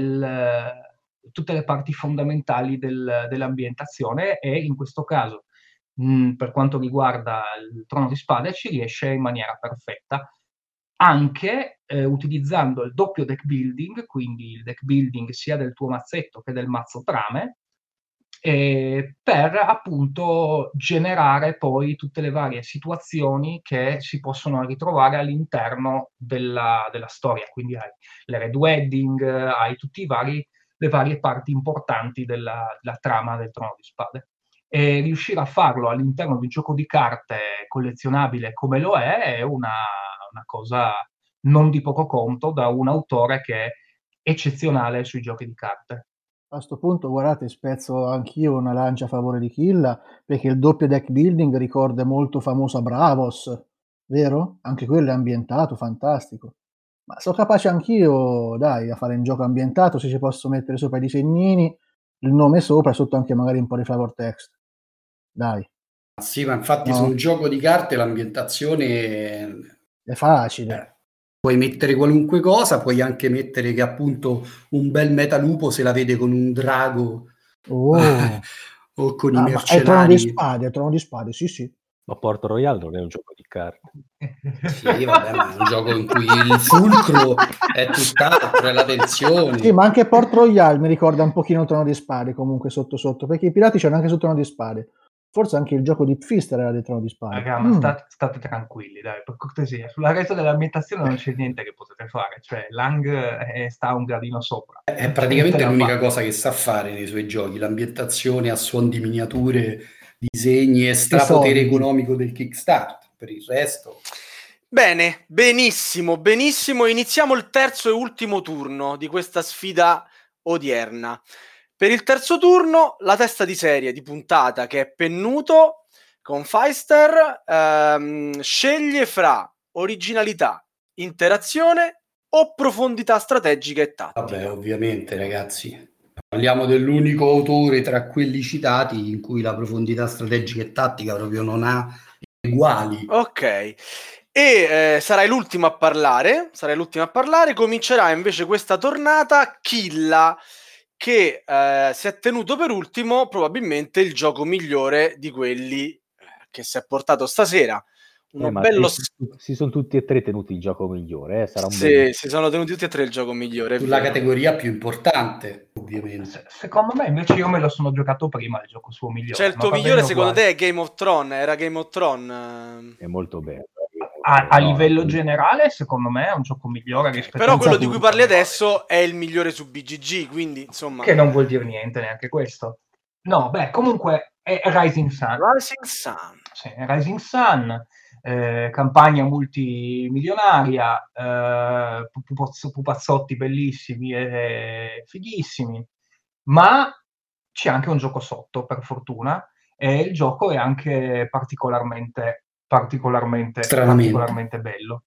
dell'ambientazione, e in questo caso, per quanto riguarda il Trono di Spade, ci riesce in maniera perfetta, anche utilizzando il doppio deck building, quindi il deck building sia del tuo mazzetto che del mazzo trame, per appunto generare poi tutte le varie situazioni che si possono ritrovare all'interno della storia. Quindi hai le Red Wedding, hai tutti le varie parti importanti della trama del Trono di Spade. E riuscire a farlo all'interno di un gioco di carte collezionabile come lo è una cosa non di poco conto da un autore che è eccezionale sui giochi di carte. A sto punto, guardate, spezzo anch'io una lancia a favore di Killa, perché il doppio deck building ricorda molto famosa Bravos, vero? Anche quello è ambientato, fantastico. Ma sono capace anch'io, dai, a fare un gioco ambientato, se ci posso mettere sopra i disegnini, il nome sopra e sotto anche magari un po' di flavor text. Dai. Sì, ma infatti No. su un gioco di carte l'ambientazione È facile. Puoi mettere qualunque cosa, puoi anche mettere che appunto un bel metalupo se la vede con un drago o con i mercenari. È Trono di Spade, sì. Ma Port Royale non è un gioco di carte. Sì, vabbè, ma è un gioco in cui il fulcro è tutt'altro, è la tensione. Sì, ma anche Port Royale mi ricorda un pochino Trono di Spade, comunque sotto, perché i pirati c'erano anche su Trono di Spade. Forse anche il gioco di Pfister era del Trono di Spade. Raga, ma state tranquilli, dai, per cortesia. Sulla resa dell'ambientazione non c'è niente che potete fare, cioè Lang sta un gradino sopra. È praticamente Niente da l'unica fare. cosa che sa fare nei suoi giochi, l'ambientazione a suon di miniature, disegni e strapotere soldi. economico del Kickstarter. Per il resto... Bene, benissimo, benissimo. Iniziamo il terzo e ultimo turno di questa sfida odierna. Per il terzo turno, la testa di serie di puntata, che è Pennuto con Pfister, sceglie fra originalità, interazione o profondità strategica e tattica. Vabbè, ovviamente, ragazzi, parliamo dell'unico autore tra quelli citati in cui la profondità strategica e tattica proprio non ha uguali. Ok. E sarai l'ultimo a parlare. Comincerà invece questa tornata Killa, che si è tenuto per ultimo probabilmente il gioco migliore di quelli che si è portato stasera. Si sono tutti e tre tenuti il gioco migliore, sarà un Sì, si sono tenuti tutti e tre il gioco migliore. Sulla categoria più importante, ovviamente. Secondo me invece io me lo sono giocato prima il gioco suo migliore. Cioè il tuo migliore secondo te è Game of Thrones? Era Game of Thrones? È molto bello. A livello generale, secondo me è un gioco migliore rispetto però a quello di cui parli adesso è il migliore su BGG, quindi insomma... Che non vuol dire niente neanche questo. No, beh, comunque è Rising Sun. Rising Sun. Sì, è Rising Sun, campagna multimilionaria, pupazzotti bellissimi e fighissimi, ma c'è anche un gioco sotto, per fortuna, e il gioco è anche particolarmente bello.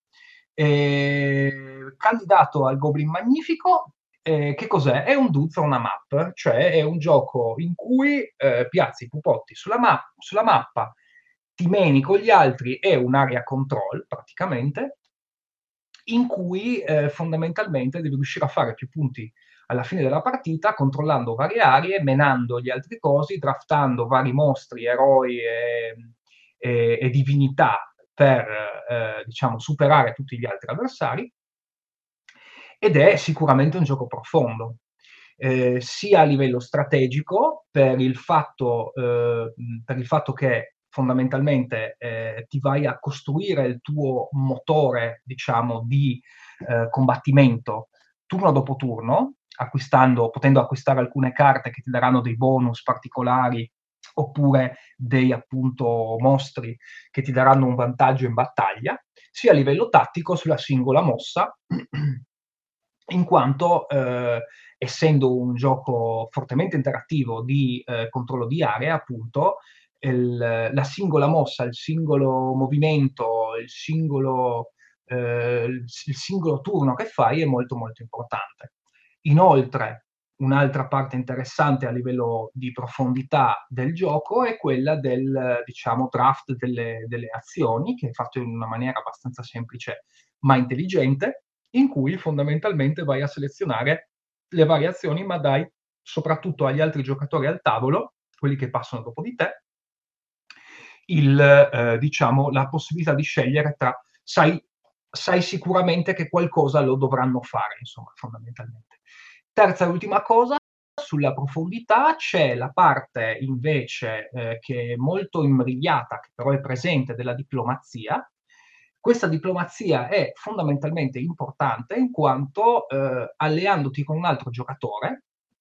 Candidato al Goblin Magnifico, che cos'è? È un Dudes on a Map, cioè è un gioco in cui piazzi i pupotti sulla mappa, ti meni con gli altri, è un'area control praticamente, in cui fondamentalmente devi riuscire a fare più punti alla fine della partita, controllando varie aree, menando gli altri cosi, draftando vari mostri, eroi e divinità per diciamo superare tutti gli altri avversari, ed è sicuramente un gioco profondo, sia a livello strategico per il fatto che fondamentalmente ti vai a costruire il tuo motore, diciamo, di combattimento turno dopo turno, potendo acquistare alcune carte che ti daranno dei bonus particolari oppure dei appunto mostri che ti daranno un vantaggio in battaglia, sia a livello tattico sulla singola mossa, in quanto essendo un gioco fortemente interattivo di controllo di area, appunto, la singola mossa, il singolo movimento, il singolo turno che fai è molto molto importante. Inoltre, un'altra parte interessante a livello di profondità del gioco è quella del, diciamo, draft delle azioni, che è fatto in una maniera abbastanza semplice ma intelligente, in cui fondamentalmente vai a selezionare le varie azioni, ma dai soprattutto agli altri giocatori al tavolo, quelli che passano dopo di te, diciamo, la possibilità di scegliere tra... Sai sicuramente che qualcosa lo dovranno fare, insomma, fondamentalmente. Terza e ultima cosa, sulla profondità c'è la parte invece che è molto imbrigliata, che però è presente, della diplomazia. Questa diplomazia è fondamentalmente importante in quanto alleandoti con un altro giocatore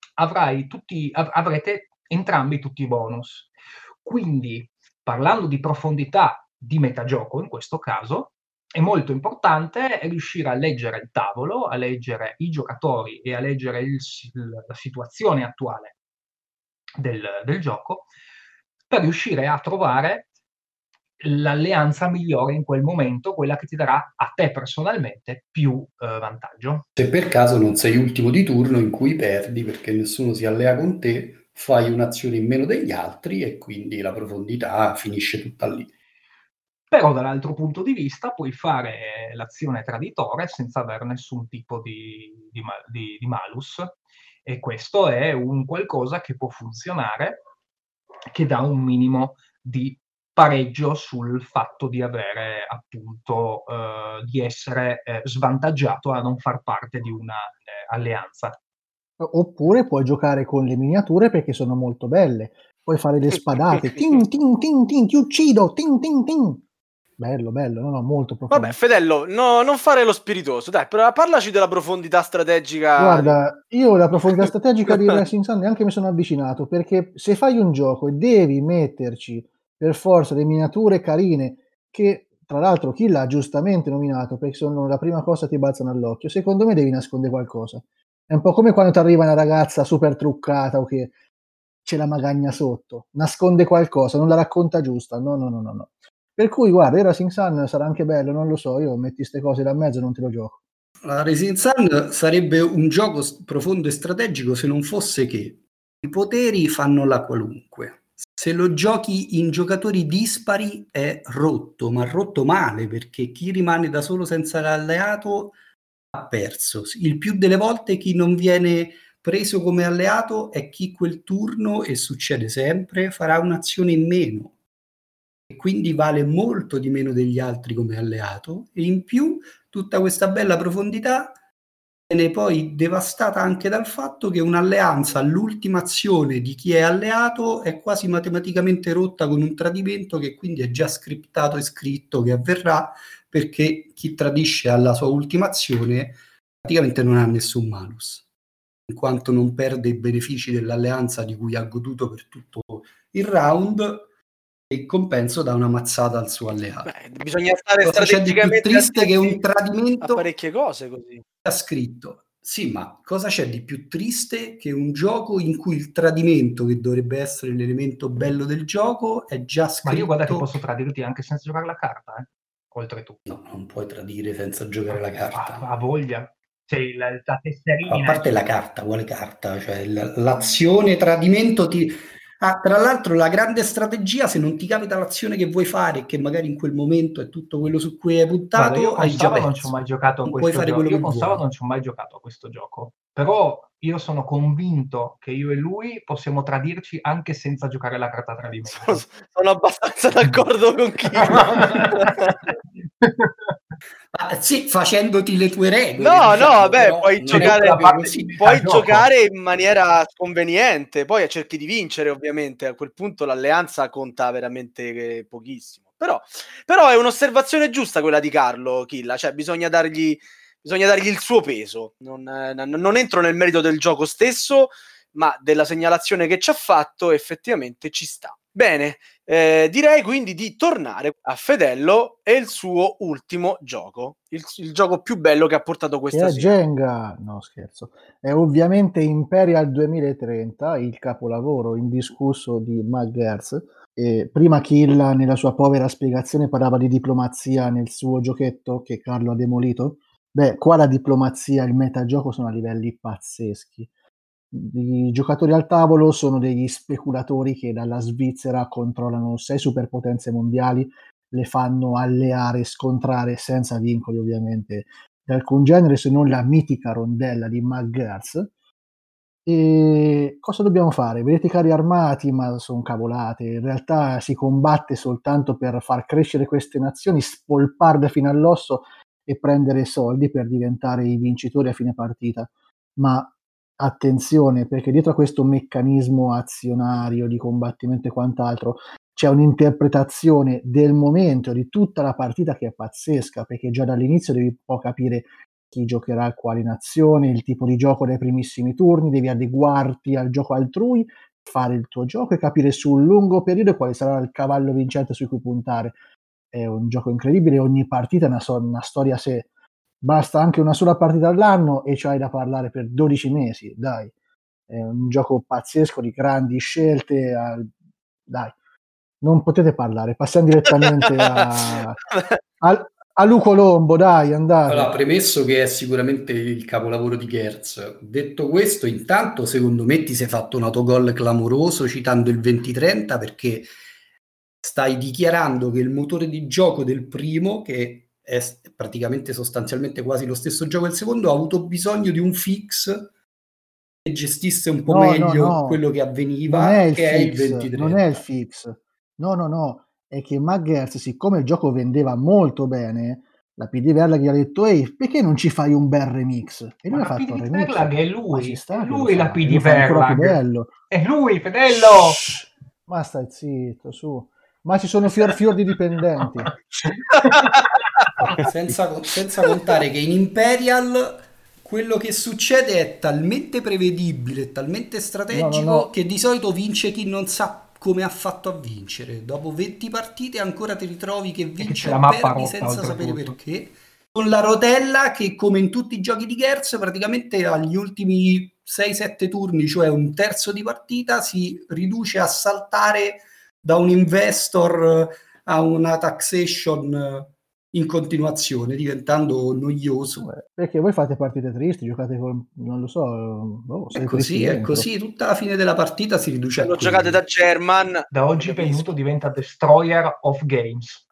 avrete entrambi tutti i bonus. Quindi, parlando di profondità di metagioco in questo caso, è molto importante riuscire a leggere il tavolo, a leggere i giocatori e a leggere la situazione attuale del gioco, per riuscire a trovare l'alleanza migliore in quel momento, quella che ti darà a te personalmente più vantaggio. Se per caso non sei ultimo di turno in cui perdi perché nessuno si allea con te, fai un'azione in meno degli altri e quindi la profondità finisce tutta lì. Però dall'altro punto di vista puoi fare l'azione traditore senza avere nessun tipo di malus, e questo è un qualcosa che può funzionare, che dà un minimo di pareggio sul fatto di avere appunto di essere svantaggiato a non far parte di una alleanza. Oppure puoi giocare con le miniature perché sono molto belle. Puoi fare le spadate. Tin, tin, tin, tin, ti uccido. Tin, tin, tin. Bello, no, molto profondo. Vabbè, Fedello, non fare lo spiritoso, dai, parlaci della profondità strategica. Guarda, io la profondità strategica di Rising Sun neanche mi sono avvicinato, perché se fai un gioco e devi metterci per forza le miniature carine, che tra l'altro chi l'ha giustamente nominato, perché sono la prima cosa che ti balzano all'occhio, secondo me devi nascondere qualcosa. È un po' come quando ti arriva una ragazza super truccata o che c'è la magagna sotto, nasconde qualcosa, non la racconta giusta, no. Per cui guarda, il Rising Sun sarà anche bello, non lo so, io metti ste cose da mezzo e non te lo gioco. La Rising Sun sarebbe un gioco profondo e strategico se non fosse che i poteri fanno la qualunque. Se lo giochi in giocatori dispari è rotto, ma rotto male, perché chi rimane da solo senza l'alleato ha perso. Il più delle volte chi non viene preso come alleato è chi quel turno, e succede sempre, farà un'azione in meno e quindi vale molto di meno degli altri come alleato, e in più tutta questa bella profondità viene poi devastata anche dal fatto che un'alleanza all'ultima azione di chi è alleato è quasi matematicamente rotta con un tradimento che quindi è già scriptato e scritto che avverrà, perché chi tradisce alla sua ultima azione praticamente non ha nessun malus, in quanto non perde i benefici dell'alleanza di cui ha goduto per tutto il round, e in compenso dà una mazzata al suo alleato. Bisogna stare cosa c'è di più strategicamente triste che un attenti tradimento a parecchie cose così. ha scritto? Sì, ma cosa c'è di più triste che un gioco in cui il tradimento, che dovrebbe essere l'elemento bello del gioco, è già scritto? Ma io guarda che posso tradirti anche senza giocare la carta, oltretutto. No, non puoi tradire senza giocare la carta. Ha voglia. C'è la tesserina. A parte la carta, quale carta? Cioè, l'azione tradimento ti... tra l'altro la grande strategia, se non ti capita l'azione che vuoi fare, che magari in quel momento è tutto quello su cui hai puntato, guarda, io con hai già Sava non perso. ci ho mai giocato a Non questo puoi fare gioco. quello Io che con Sava vuoi. non ci ho mai giocato a questo gioco. Però io sono convinto che io e lui possiamo tradirci anche senza giocare la carta tradimento. Sono abbastanza d'accordo con chi. Sì, facendoti le tue regole. No, diciamo, vabbè, puoi giocare in maniera sconveniente, poi cerchi di vincere, ovviamente. A quel punto l'alleanza conta veramente pochissimo. Però è un'osservazione giusta quella di Carlo Killa, cioè bisogna dargli il suo peso. Non entro nel merito del gioco stesso, ma della segnalazione che ci ha fatto effettivamente ci sta. Bene, direi quindi di tornare a Fedello e il suo ultimo gioco, il gioco più bello che ha portato questa sera. Jenga, no scherzo, è ovviamente Imperial 2030, il capolavoro indiscusso di McGuire's. Prima Killa nella sua povera spiegazione parlava di diplomazia nel suo giochetto che Carlo ha demolito. Beh, qua la diplomazia e il metagioco sono a livelli pazzeschi. I giocatori al tavolo sono degli speculatori che dalla Svizzera controllano 6 superpotenze mondiali, le fanno alleare, scontrare senza vincoli ovviamente di alcun genere, se non la mitica rondella di McGuire's. E cosa dobbiamo fare? Vedete i carri armati, ma sono cavolate. In realtà si combatte soltanto per far crescere queste nazioni, spolparle fino all'osso e prendere soldi per diventare i vincitori a fine partita. Ma attenzione, perché dietro a questo meccanismo azionario di combattimento e quant'altro c'è un'interpretazione del momento di tutta la partita che è pazzesca, perché già dall'inizio devi un po' capire chi giocherà quali nazioni, il tipo di gioco dei primissimi turni, devi adeguarti al gioco altrui, fare il tuo gioco e capire sul lungo periodo quale sarà il cavallo vincente su cui puntare. È un gioco incredibile, ogni partita è una storia a sé. Basta anche una sola partita all'anno e c'hai da parlare per 12 mesi, dai. È un gioco pazzesco di grandi scelte, dai. Non potete parlare, passiamo direttamente a Luco Lombo, dai, andate. Allora, premesso che è sicuramente il capolavoro di Gertz, detto questo, intanto secondo me ti sei fatto un autogol clamoroso citando il 2030, perché stai dichiarando che il motore di gioco del primo, che è praticamente sostanzialmente quasi lo stesso gioco del secondo, ha avuto bisogno di un fix che gestisse un po' meglio quello che avveniva, che è il 2030. Non è il fix, no, è che McGuire's, siccome il gioco vendeva molto bene, La PD Verlag gli ha detto: ehi, perché non ci fai un bel remix? E lui ha fatto il remix. Verlag è Ma lui, ci sta è che lui lo la fa, e PD lo fa ancora più Verlag. bello. È lui, Fedello! Shh, ma stai zitto, su. Ma ci sono fior di dipendenti. Senza contare che in Imperial quello che succede è talmente prevedibile, talmente strategico No. che di solito vince chi non sa come ha fatto a vincere. Dopo 20 partite ancora ti ritrovi che vinci c'è la o mappa perdi rotta, senza sapere oltretutto. perché. Con la rotella che, come in tutti i giochi di Gears, praticamente agli ultimi 6-7 turni, cioè un terzo di partita, si riduce a saltare da un investor a una taxation in continuazione, diventando noioso. Perché voi fate partite tristi, giocate con, non lo so, sei tristi È dentro. così, tutta la fine della partita si riduce a Lo quello. giocate da German. Da oggi Pennuto diventa Destroyer of Games.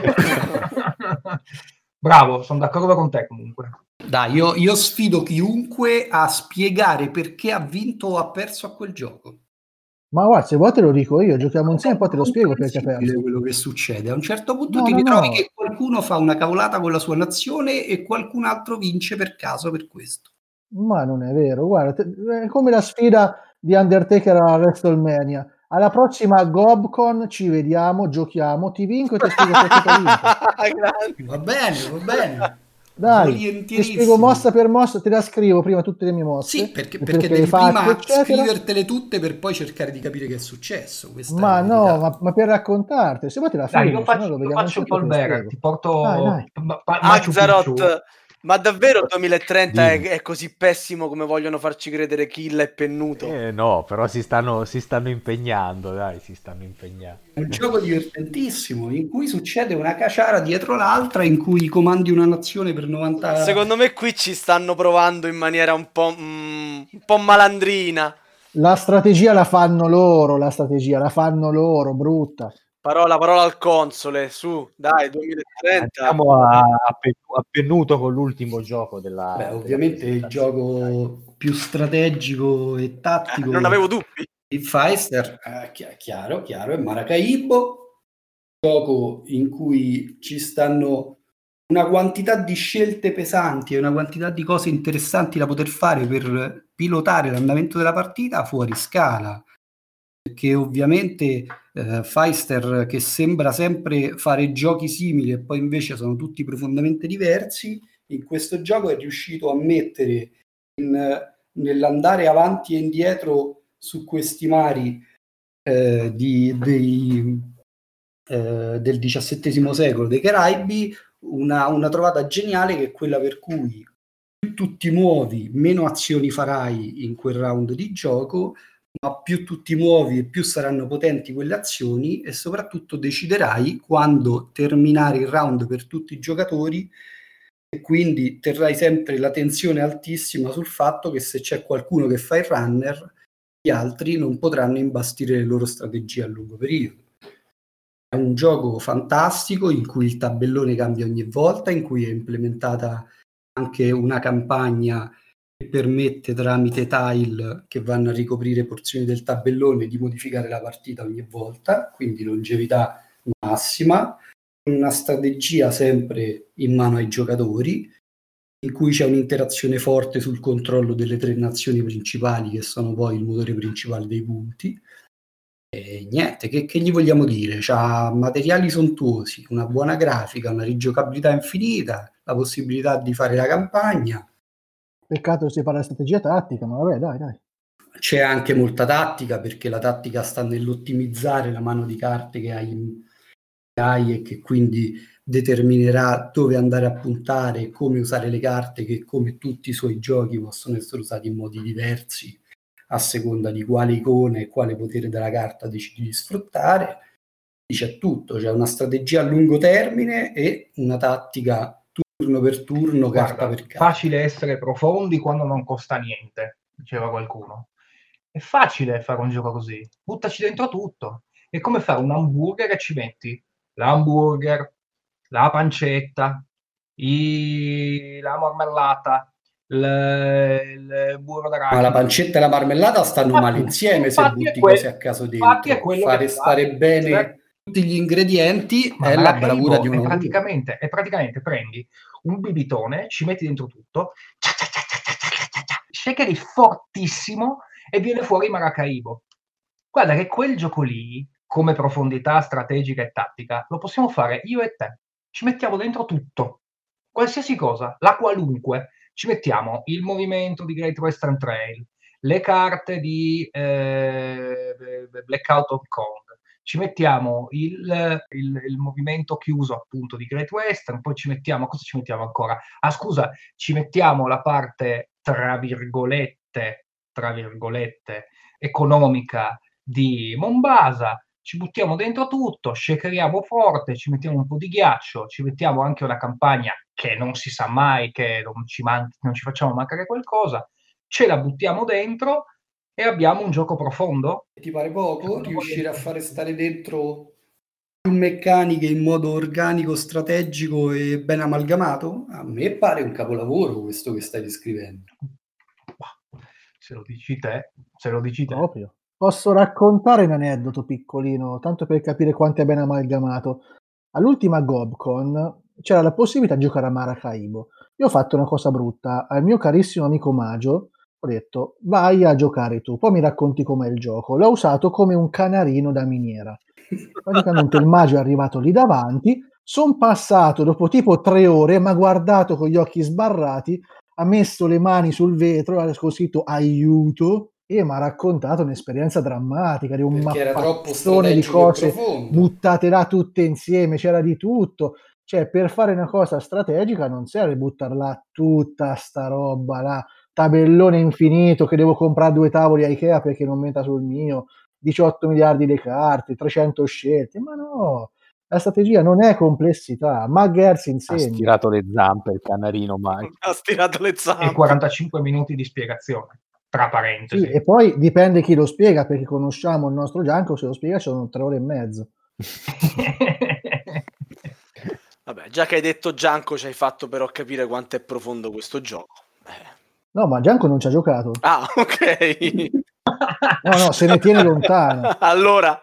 Bravo, sono d'accordo con te comunque. Dai, io sfido chiunque a spiegare perché ha vinto o ha perso a quel gioco. Ma guarda, se vuoi te lo dico io, giochiamo insieme e poi te lo spiego perché ha perso. Quello che succede. A un certo punto No, ti no, ritrovi no. che qualcuno fa una cavolata con la sua nazione e qualcun altro vince per caso per questo. Ma non è vero, guarda, è come la sfida di Undertaker a WrestleMania. Alla prossima GobCon ci vediamo, giochiamo, ti vinco e ti spiego perché ti ho vinto. Va bene. Dai, ti Volentierissimo. spiego mossa per mossa, te la scrivo prima tutte le mie mosse. Sì, perché le devi fatte, prima eccetera. scrivertele tutte per poi cercare di capire che è successo. Questa Ma è la no, verità. ma per raccontarti, se vuoi te la Dai, filmo, io se no lo vediamo faccio insieme un po' e il te la Bear, spiego. ti porto Dai. Machu Picchu. Axaroth, ma davvero il 2030 Dimmi. è così pessimo come vogliono farci credere Kill e Pennuto? No, però si stanno impegnando, dai, si stanno impegnando. È un gioco divertentissimo in cui succede una caciara dietro l'altra, in cui comandi una nazione per 90 Secondo me qui ci stanno provando in maniera un po' malandrina. La strategia la fanno loro, brutta. Parola al console, su, dai, 2030. Andiamo a Pennuto con l'ultimo gioco della ovviamente il presentazione. gioco più strategico e tattico Non avevo dubbi. di Pfister, chiaro, è Maracaibo, gioco in cui ci stanno una quantità di scelte pesanti e una quantità di cose interessanti da poter fare per pilotare l'andamento della partita fuori scala, perché ovviamente Pfister, che sembra sempre fare giochi simili e poi invece sono tutti profondamente diversi, in questo gioco è riuscito a mettere nell'andare avanti e indietro su questi mari del XVII secolo dei Caraibi una trovata geniale, che è quella per cui più tu ti muovi, meno azioni farai in quel round di gioco, ma più tu ti muovi e più saranno potenti quelle azioni, e soprattutto deciderai quando terminare il round per tutti i giocatori, e quindi terrai sempre la tensione altissima sul fatto che se c'è qualcuno che fa il runner, gli altri non potranno imbastire le loro strategie a lungo periodo. È un gioco fantastico in cui il tabellone cambia ogni volta, in cui è implementata anche una campagna che permette, tramite tile che vanno a ricoprire porzioni del tabellone, di modificare la partita ogni volta, quindi longevità massima, una strategia sempre in mano ai giocatori, in cui c'è un'interazione forte sul controllo delle 3 nazioni principali, che sono poi il motore principale dei punti. E niente, che gli vogliamo dire? C'ha materiali sontuosi, una buona grafica, una rigiocabilità infinita, la possibilità di fare la campagna. Peccato si parla di strategia tattica, ma vabbè, dai. C'è anche molta tattica, perché la tattica sta nell'ottimizzare la mano di carte che hai e che quindi determinerà dove andare a puntare, come usare le carte, che come tutti i suoi giochi possono essere usati in modi diversi a seconda di quale icona e quale potere della carta decidi di sfruttare. C'è tutto, c'è una strategia a lungo termine e una tattica turno per turno, carta per carta. Facile essere profondi quando non costa niente, diceva qualcuno. È facile fare un gioco così, buttaci dentro tutto. È come fare un hamburger e ci metti l'hamburger, la pancetta, la marmellata, il burro d'arachidi. Ma la pancetta e la marmellata stanno male insieme, se butti cose a caso dentro. Fare stare bene tutti gli ingredienti, Ma è la Maracaibo bravura di un è autore. praticamente prendi un bibitone, ci metti dentro tutto, shakeri fortissimo e viene fuori Maracaibo. Guarda che quel gioco lì, come profondità strategica e tattica, lo possiamo fare io e te. Ci mettiamo dentro tutto, qualsiasi cosa, la qualunque. Ci mettiamo il movimento di Great Western Trail, le carte di Blackout Hong Kong, ci mettiamo il movimento chiuso appunto di Great Western, poi ci mettiamo, cosa ci mettiamo ancora? Ah scusa, ci mettiamo la parte tra virgolette economica di Mombasa, ci buttiamo dentro tutto, shakeriamo forte, ci mettiamo un po' di ghiaccio, ci mettiamo anche una campagna che non si sa mai, che non ci facciamo mancare qualcosa, ce la buttiamo dentro e abbiamo un gioco profondo. Ti pare poco riuscire a fare stare dentro più meccaniche in modo organico, strategico e ben amalgamato? A me pare un capolavoro questo che stai descrivendo. Se lo dici te, se lo dici te. Proprio. Posso raccontare un aneddoto piccolino, tanto per capire quanto è ben amalgamato. All'ultima GobCon c'era la possibilità di giocare a Maracaibo. Io ho fatto una cosa brutta. Al mio carissimo amico Magio ho detto vai a giocare tu, poi mi racconti com'è il gioco. L'ho usato come un canarino da miniera. Praticamente il Magio è arrivato lì davanti, sono passato dopo tipo 3 ore, mi ha guardato con gli occhi sbarrati, ha messo le mani sul vetro, ha scritto aiuto e mi ha raccontato un'esperienza drammatica di un Perché era troppo mappazzone di strategico e cose profondo. buttate là tutte insieme, c'era di tutto. Cioè, per fare una cosa strategica non serve buttar là tutta sta roba là, tabellone infinito che devo comprare 2 tavoli a Ikea perché non metta sul mio, 18 miliardi di carte, 300 scelte, ma no, la strategia non è complessità, Maggers Ha insegna. stirato le zampe il canarino mai. Ha stirato le E zampe. 45 minuti di spiegazione, tra parentesi. Sì, e poi dipende chi lo spiega, perché conosciamo il nostro Gianco, se lo spiega sono 3 ore e mezzo. Vabbè, già che hai detto Gianco ci hai fatto però capire quanto è profondo questo gioco. No, ma Gianco non ci ha giocato. Ah, ok. No, se ne tiene lontano. allora.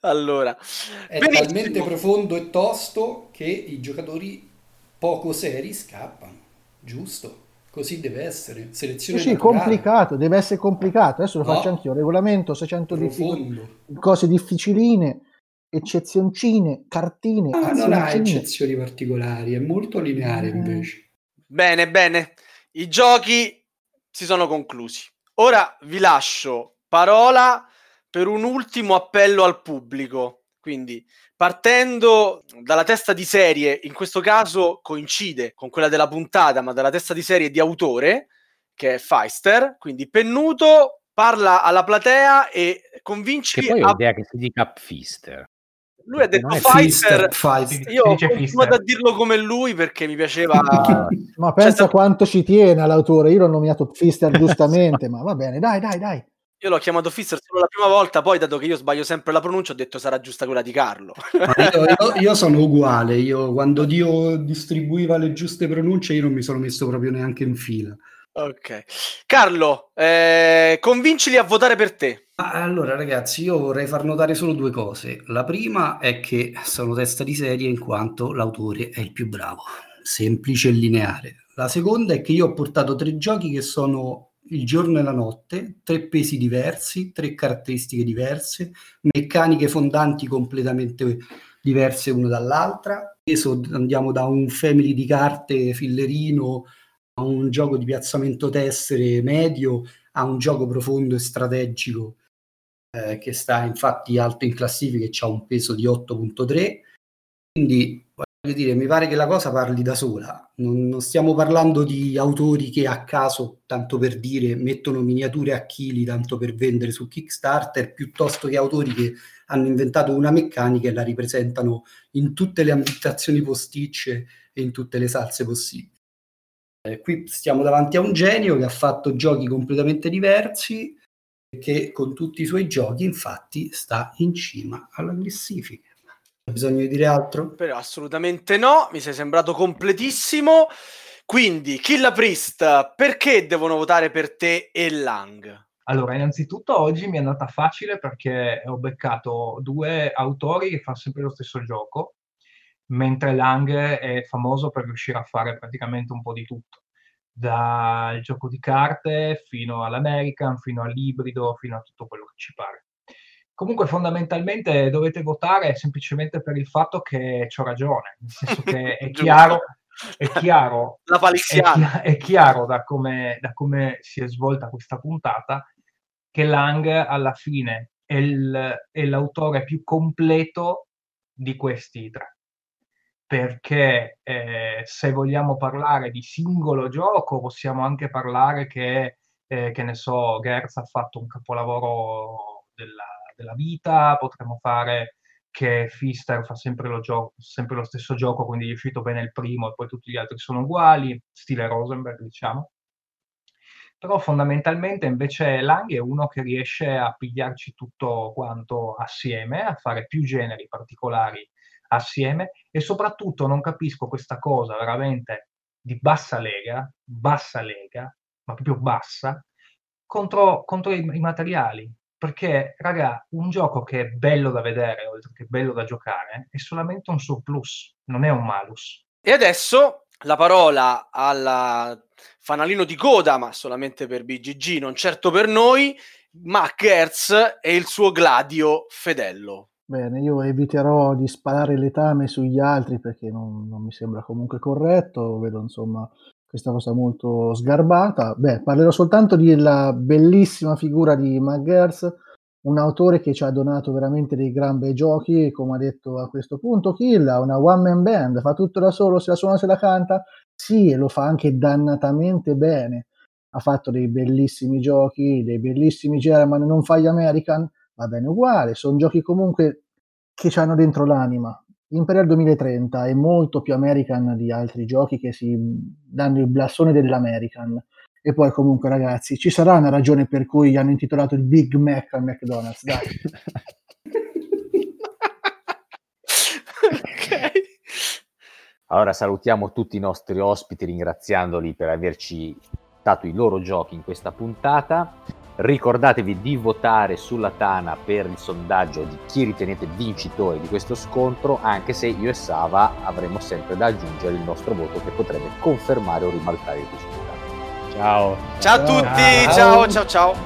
È Benissimo. talmente profondo e tosto che i giocatori poco seri scappano. Giusto, così deve essere. Selezione Sì, naturale. complicato, deve essere complicato. Adesso lo No. faccio anch'io. Regolamento 600 Profondo. cose difficiline, eccezioncine, cartine, Ah, non ha azioncine. eccezioni particolari, è molto lineare invece. Bene. I giochi si sono conclusi. Ora vi lascio parola per un ultimo appello al pubblico. Quindi, partendo dalla testa di serie, in questo caso coincide con quella della puntata, ma dalla testa di serie di autore, che è Feister. Quindi, Pennuto parla alla platea e Che convincili poi ho a... idea che si dica Pfister. Lui ha detto Non è Feister. Feister. Io Si ho dice continuato Pfister. a dirlo come lui perché mi piaceva. Ma pensa Cioè, quanto ci tiene all'autore. Io l'ho nominato Pfister giustamente, ma va bene, dai. io l'ho chiamato Fisser solo la prima volta, poi dato che io sbaglio sempre la pronuncia ho detto sarà giusta quella di Carlo. Io sono uguale, io quando Dio distribuiva le giuste pronunce io non mi sono messo proprio neanche in fila. Ok. Carlo, convincili a votare per te. Allora ragazzi, io vorrei far notare solo 2 cose. La prima è che sono testa di serie in quanto l'autore è il più bravo, semplice e lineare. La seconda è che io ho portato 3 giochi che sono il giorno e la notte, 3 pesi diversi, 3 caratteristiche diverse, meccaniche fondanti completamente diverse una dall'altra. Adesso andiamo da un family di carte fillerino a un gioco di piazzamento tessere medio a un gioco profondo e strategico che sta infatti alto in classifica e ha un peso di 8.3. Quindi voglio dire, mi pare che la cosa parli da sola. Non stiamo parlando di autori che a caso, tanto per dire, mettono miniature a chili tanto per vendere su Kickstarter, piuttosto che autori che hanno inventato una meccanica e la ripresentano in tutte le ambientazioni posticce e in tutte le salse possibili. Qui stiamo davanti a un genio che ha fatto giochi completamente diversi e che con tutti i suoi giochi infatti sta in cima alla classifica. C'è bisogno di dire altro? Però assolutamente no, mi sei sembrato completissimo. Quindi, Killa Priest, perché devono votare per te e Lang? Allora, innanzitutto oggi mi è andata facile perché ho beccato 2 autori che fanno sempre lo stesso gioco, mentre Lang è famoso per riuscire a fare praticamente un po' di tutto, dal gioco di carte fino all'American, fino all'ibrido, fino a tutto quello che ci pare. Comunque fondamentalmente dovete votare semplicemente per il fatto che c'ho ragione, nel senso che è Giusto. chiaro, La palissiana. è chiaro da come si è svolta questa puntata che Lang alla fine è l'autore più completo di questi 3. Perché se vogliamo parlare di singolo gioco, possiamo anche parlare che ne so, Gertz ha fatto un capolavoro della vita, potremmo fare che Pfister fa sempre lo stesso gioco, quindi è uscito bene il primo e poi tutti gli altri sono uguali, stile Rosenberg, diciamo. Però fondamentalmente invece Lang è uno che riesce a pigliarci tutto quanto assieme, a fare più generi particolari assieme, e soprattutto non capisco questa cosa veramente di bassa lega, ma proprio bassa, contro i materiali. Perché, raga, un gioco che è bello da vedere, oltre che bello da giocare, è solamente un surplus, non è un malus. E adesso la parola al fanalino di coda, ma solamente per BGG, non certo per noi, Mac Hertz e il suo Gladio Fedello. Bene, io eviterò di sparare letame sugli altri perché non mi sembra comunque corretto, vedo insomma questa cosa molto sgarbata. Beh, parlerò soltanto della bellissima figura di McGers, un autore che ci ha donato veramente dei gran bei giochi, come ha detto a questo punto Kill, ha una one man band, fa tutto da solo, se la suona, se la canta, sì, e lo fa anche dannatamente bene. Ha fatto dei bellissimi giochi, dei bellissimi German, non fa gli American, va bene uguale, sono giochi comunque che hanno dentro l'anima. Imperial 2030 è molto più American di altri giochi che si danno il blasone dell'American. E poi comunque ragazzi, ci sarà una ragione per cui hanno intitolato il Big Mac al McDonald's, dai. Ok. Allora salutiamo tutti i nostri ospiti ringraziandoli per averci dato i loro giochi in questa puntata. Ricordatevi di votare sulla Tana per il sondaggio di chi ritenete vincitore di questo scontro, anche se io e Sava avremo sempre da aggiungere il nostro voto che potrebbe confermare o ribaltare il risultato. Ciao. Ciao a tutti, ciao ciao.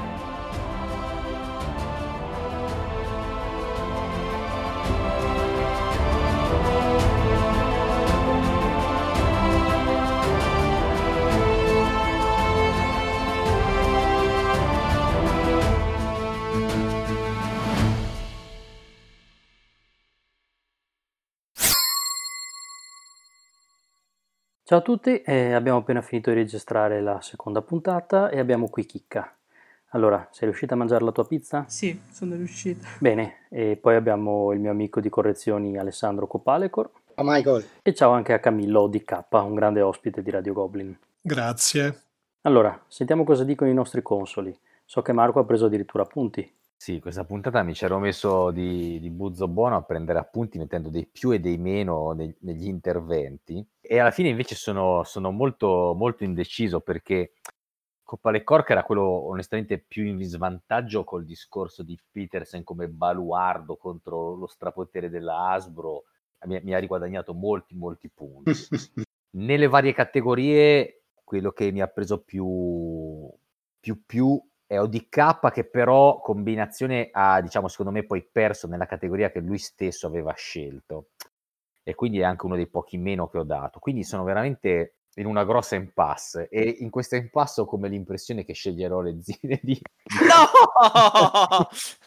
Ciao a tutti, abbiamo appena finito di registrare la seconda puntata e abbiamo qui Chicca. Allora, sei riuscita a mangiare la tua pizza? Sì, sono riuscita. Bene, e poi abbiamo il mio amico di correzioni Alessandro Copalecor. Ciao Michael. E ciao anche a Camillo DK, un grande ospite di Radio Goblin. Grazie. Allora, sentiamo cosa dicono i nostri consoli. So che Marco ha preso addirittura appunti. Sì, questa puntata mi ci ero messo di buzzo buono a prendere appunti mettendo dei più e dei meno negli interventi, e alla fine invece sono molto, molto indeciso perché Copalecor, che era quello onestamente più in svantaggio col discorso di Petersen come baluardo contro lo strapotere della Hasbro, mi ha riguadagnato molti punti. Nelle varie categorie quello che mi ha preso più è ODK, che però combinazione ha, diciamo, secondo me poi perso nella categoria che lui stesso aveva scelto, e quindi è anche uno dei pochi meno che ho dato, quindi sono veramente in una grossa impasse, e in questa impasse ho come l'impressione che sceglierò le zine di... No!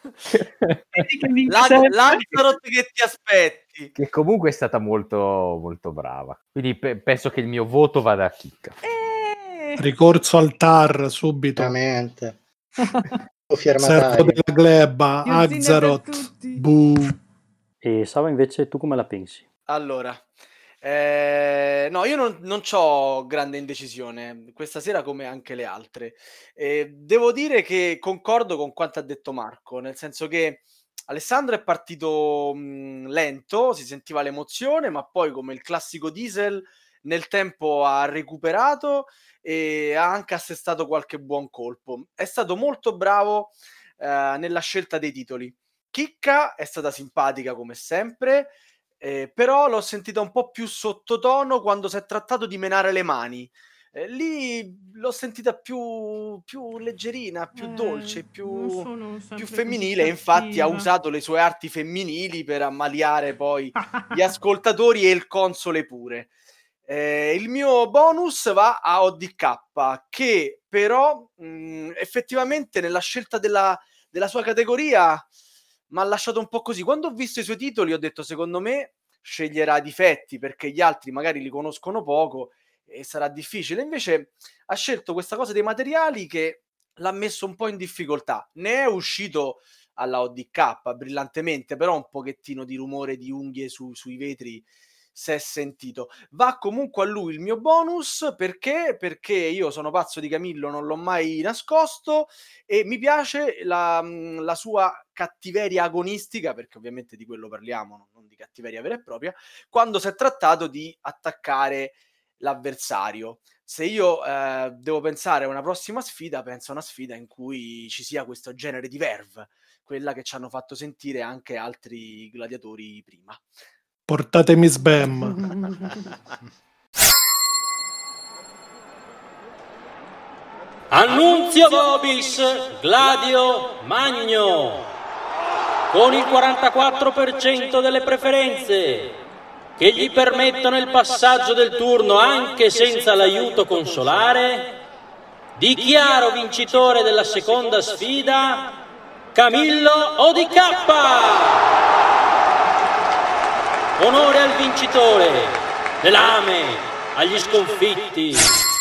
Lanzarote che ti aspetti, che comunque è stata molto molto brava, quindi penso che il mio voto vada a Chicca. Ricorso al TAR subito. Veramente. Servo della gleba, Axaroth. E Sava invece tu come la pensi? Allora, no, io non c'ho grande indecisione questa sera, come anche le altre. Devo dire che concordo con quanto ha detto Marco, nel senso che Alessandro è partito lento, si sentiva l'emozione, ma poi come il classico diesel nel tempo ha recuperato e ha anche assestato qualche buon colpo. È stato molto bravo nella scelta dei titoli. Chicca è stata simpatica come sempre, però l'ho sentita un po' più sottotono quando si è trattato di menare le mani. Lì l'ho sentita più leggerina, più dolce, più femminile, e infatti ha usato le sue arti femminili per ammaliare poi gli ascoltatori e il console pure. Il mio bonus va a ODK, che però effettivamente nella scelta della sua categoria mi ha lasciato un po' così. Quando ho visto i suoi titoli ho detto, secondo me sceglierà difetti perché gli altri magari li conoscono poco e sarà difficile. Invece ha scelto questa cosa dei materiali che l'ha messo un po' in difficoltà. Ne è uscito alla ODK brillantemente, però un pochettino di rumore di unghie sui vetri si è sentito. Va comunque a lui il mio bonus perché io sono pazzo di Camillo, non l'ho mai nascosto, e mi piace la sua cattiveria agonistica, perché ovviamente di quello parliamo, non di cattiveria vera e propria, quando si è trattato di attaccare l'avversario. Se io devo pensare a una prossima sfida, penso a una sfida in cui ci sia questo genere di verve, quella che ci hanno fatto sentire anche altri gladiatori prima. Portatemi Sbam. Annunzio Vobis Gladio Magno con il 44% delle preferenze che gli permettono il passaggio del turno anche senza l'aiuto consolare. Dichiaro vincitore della seconda sfida Camillo ODK. Onore al vincitore, le lame agli sconfitti.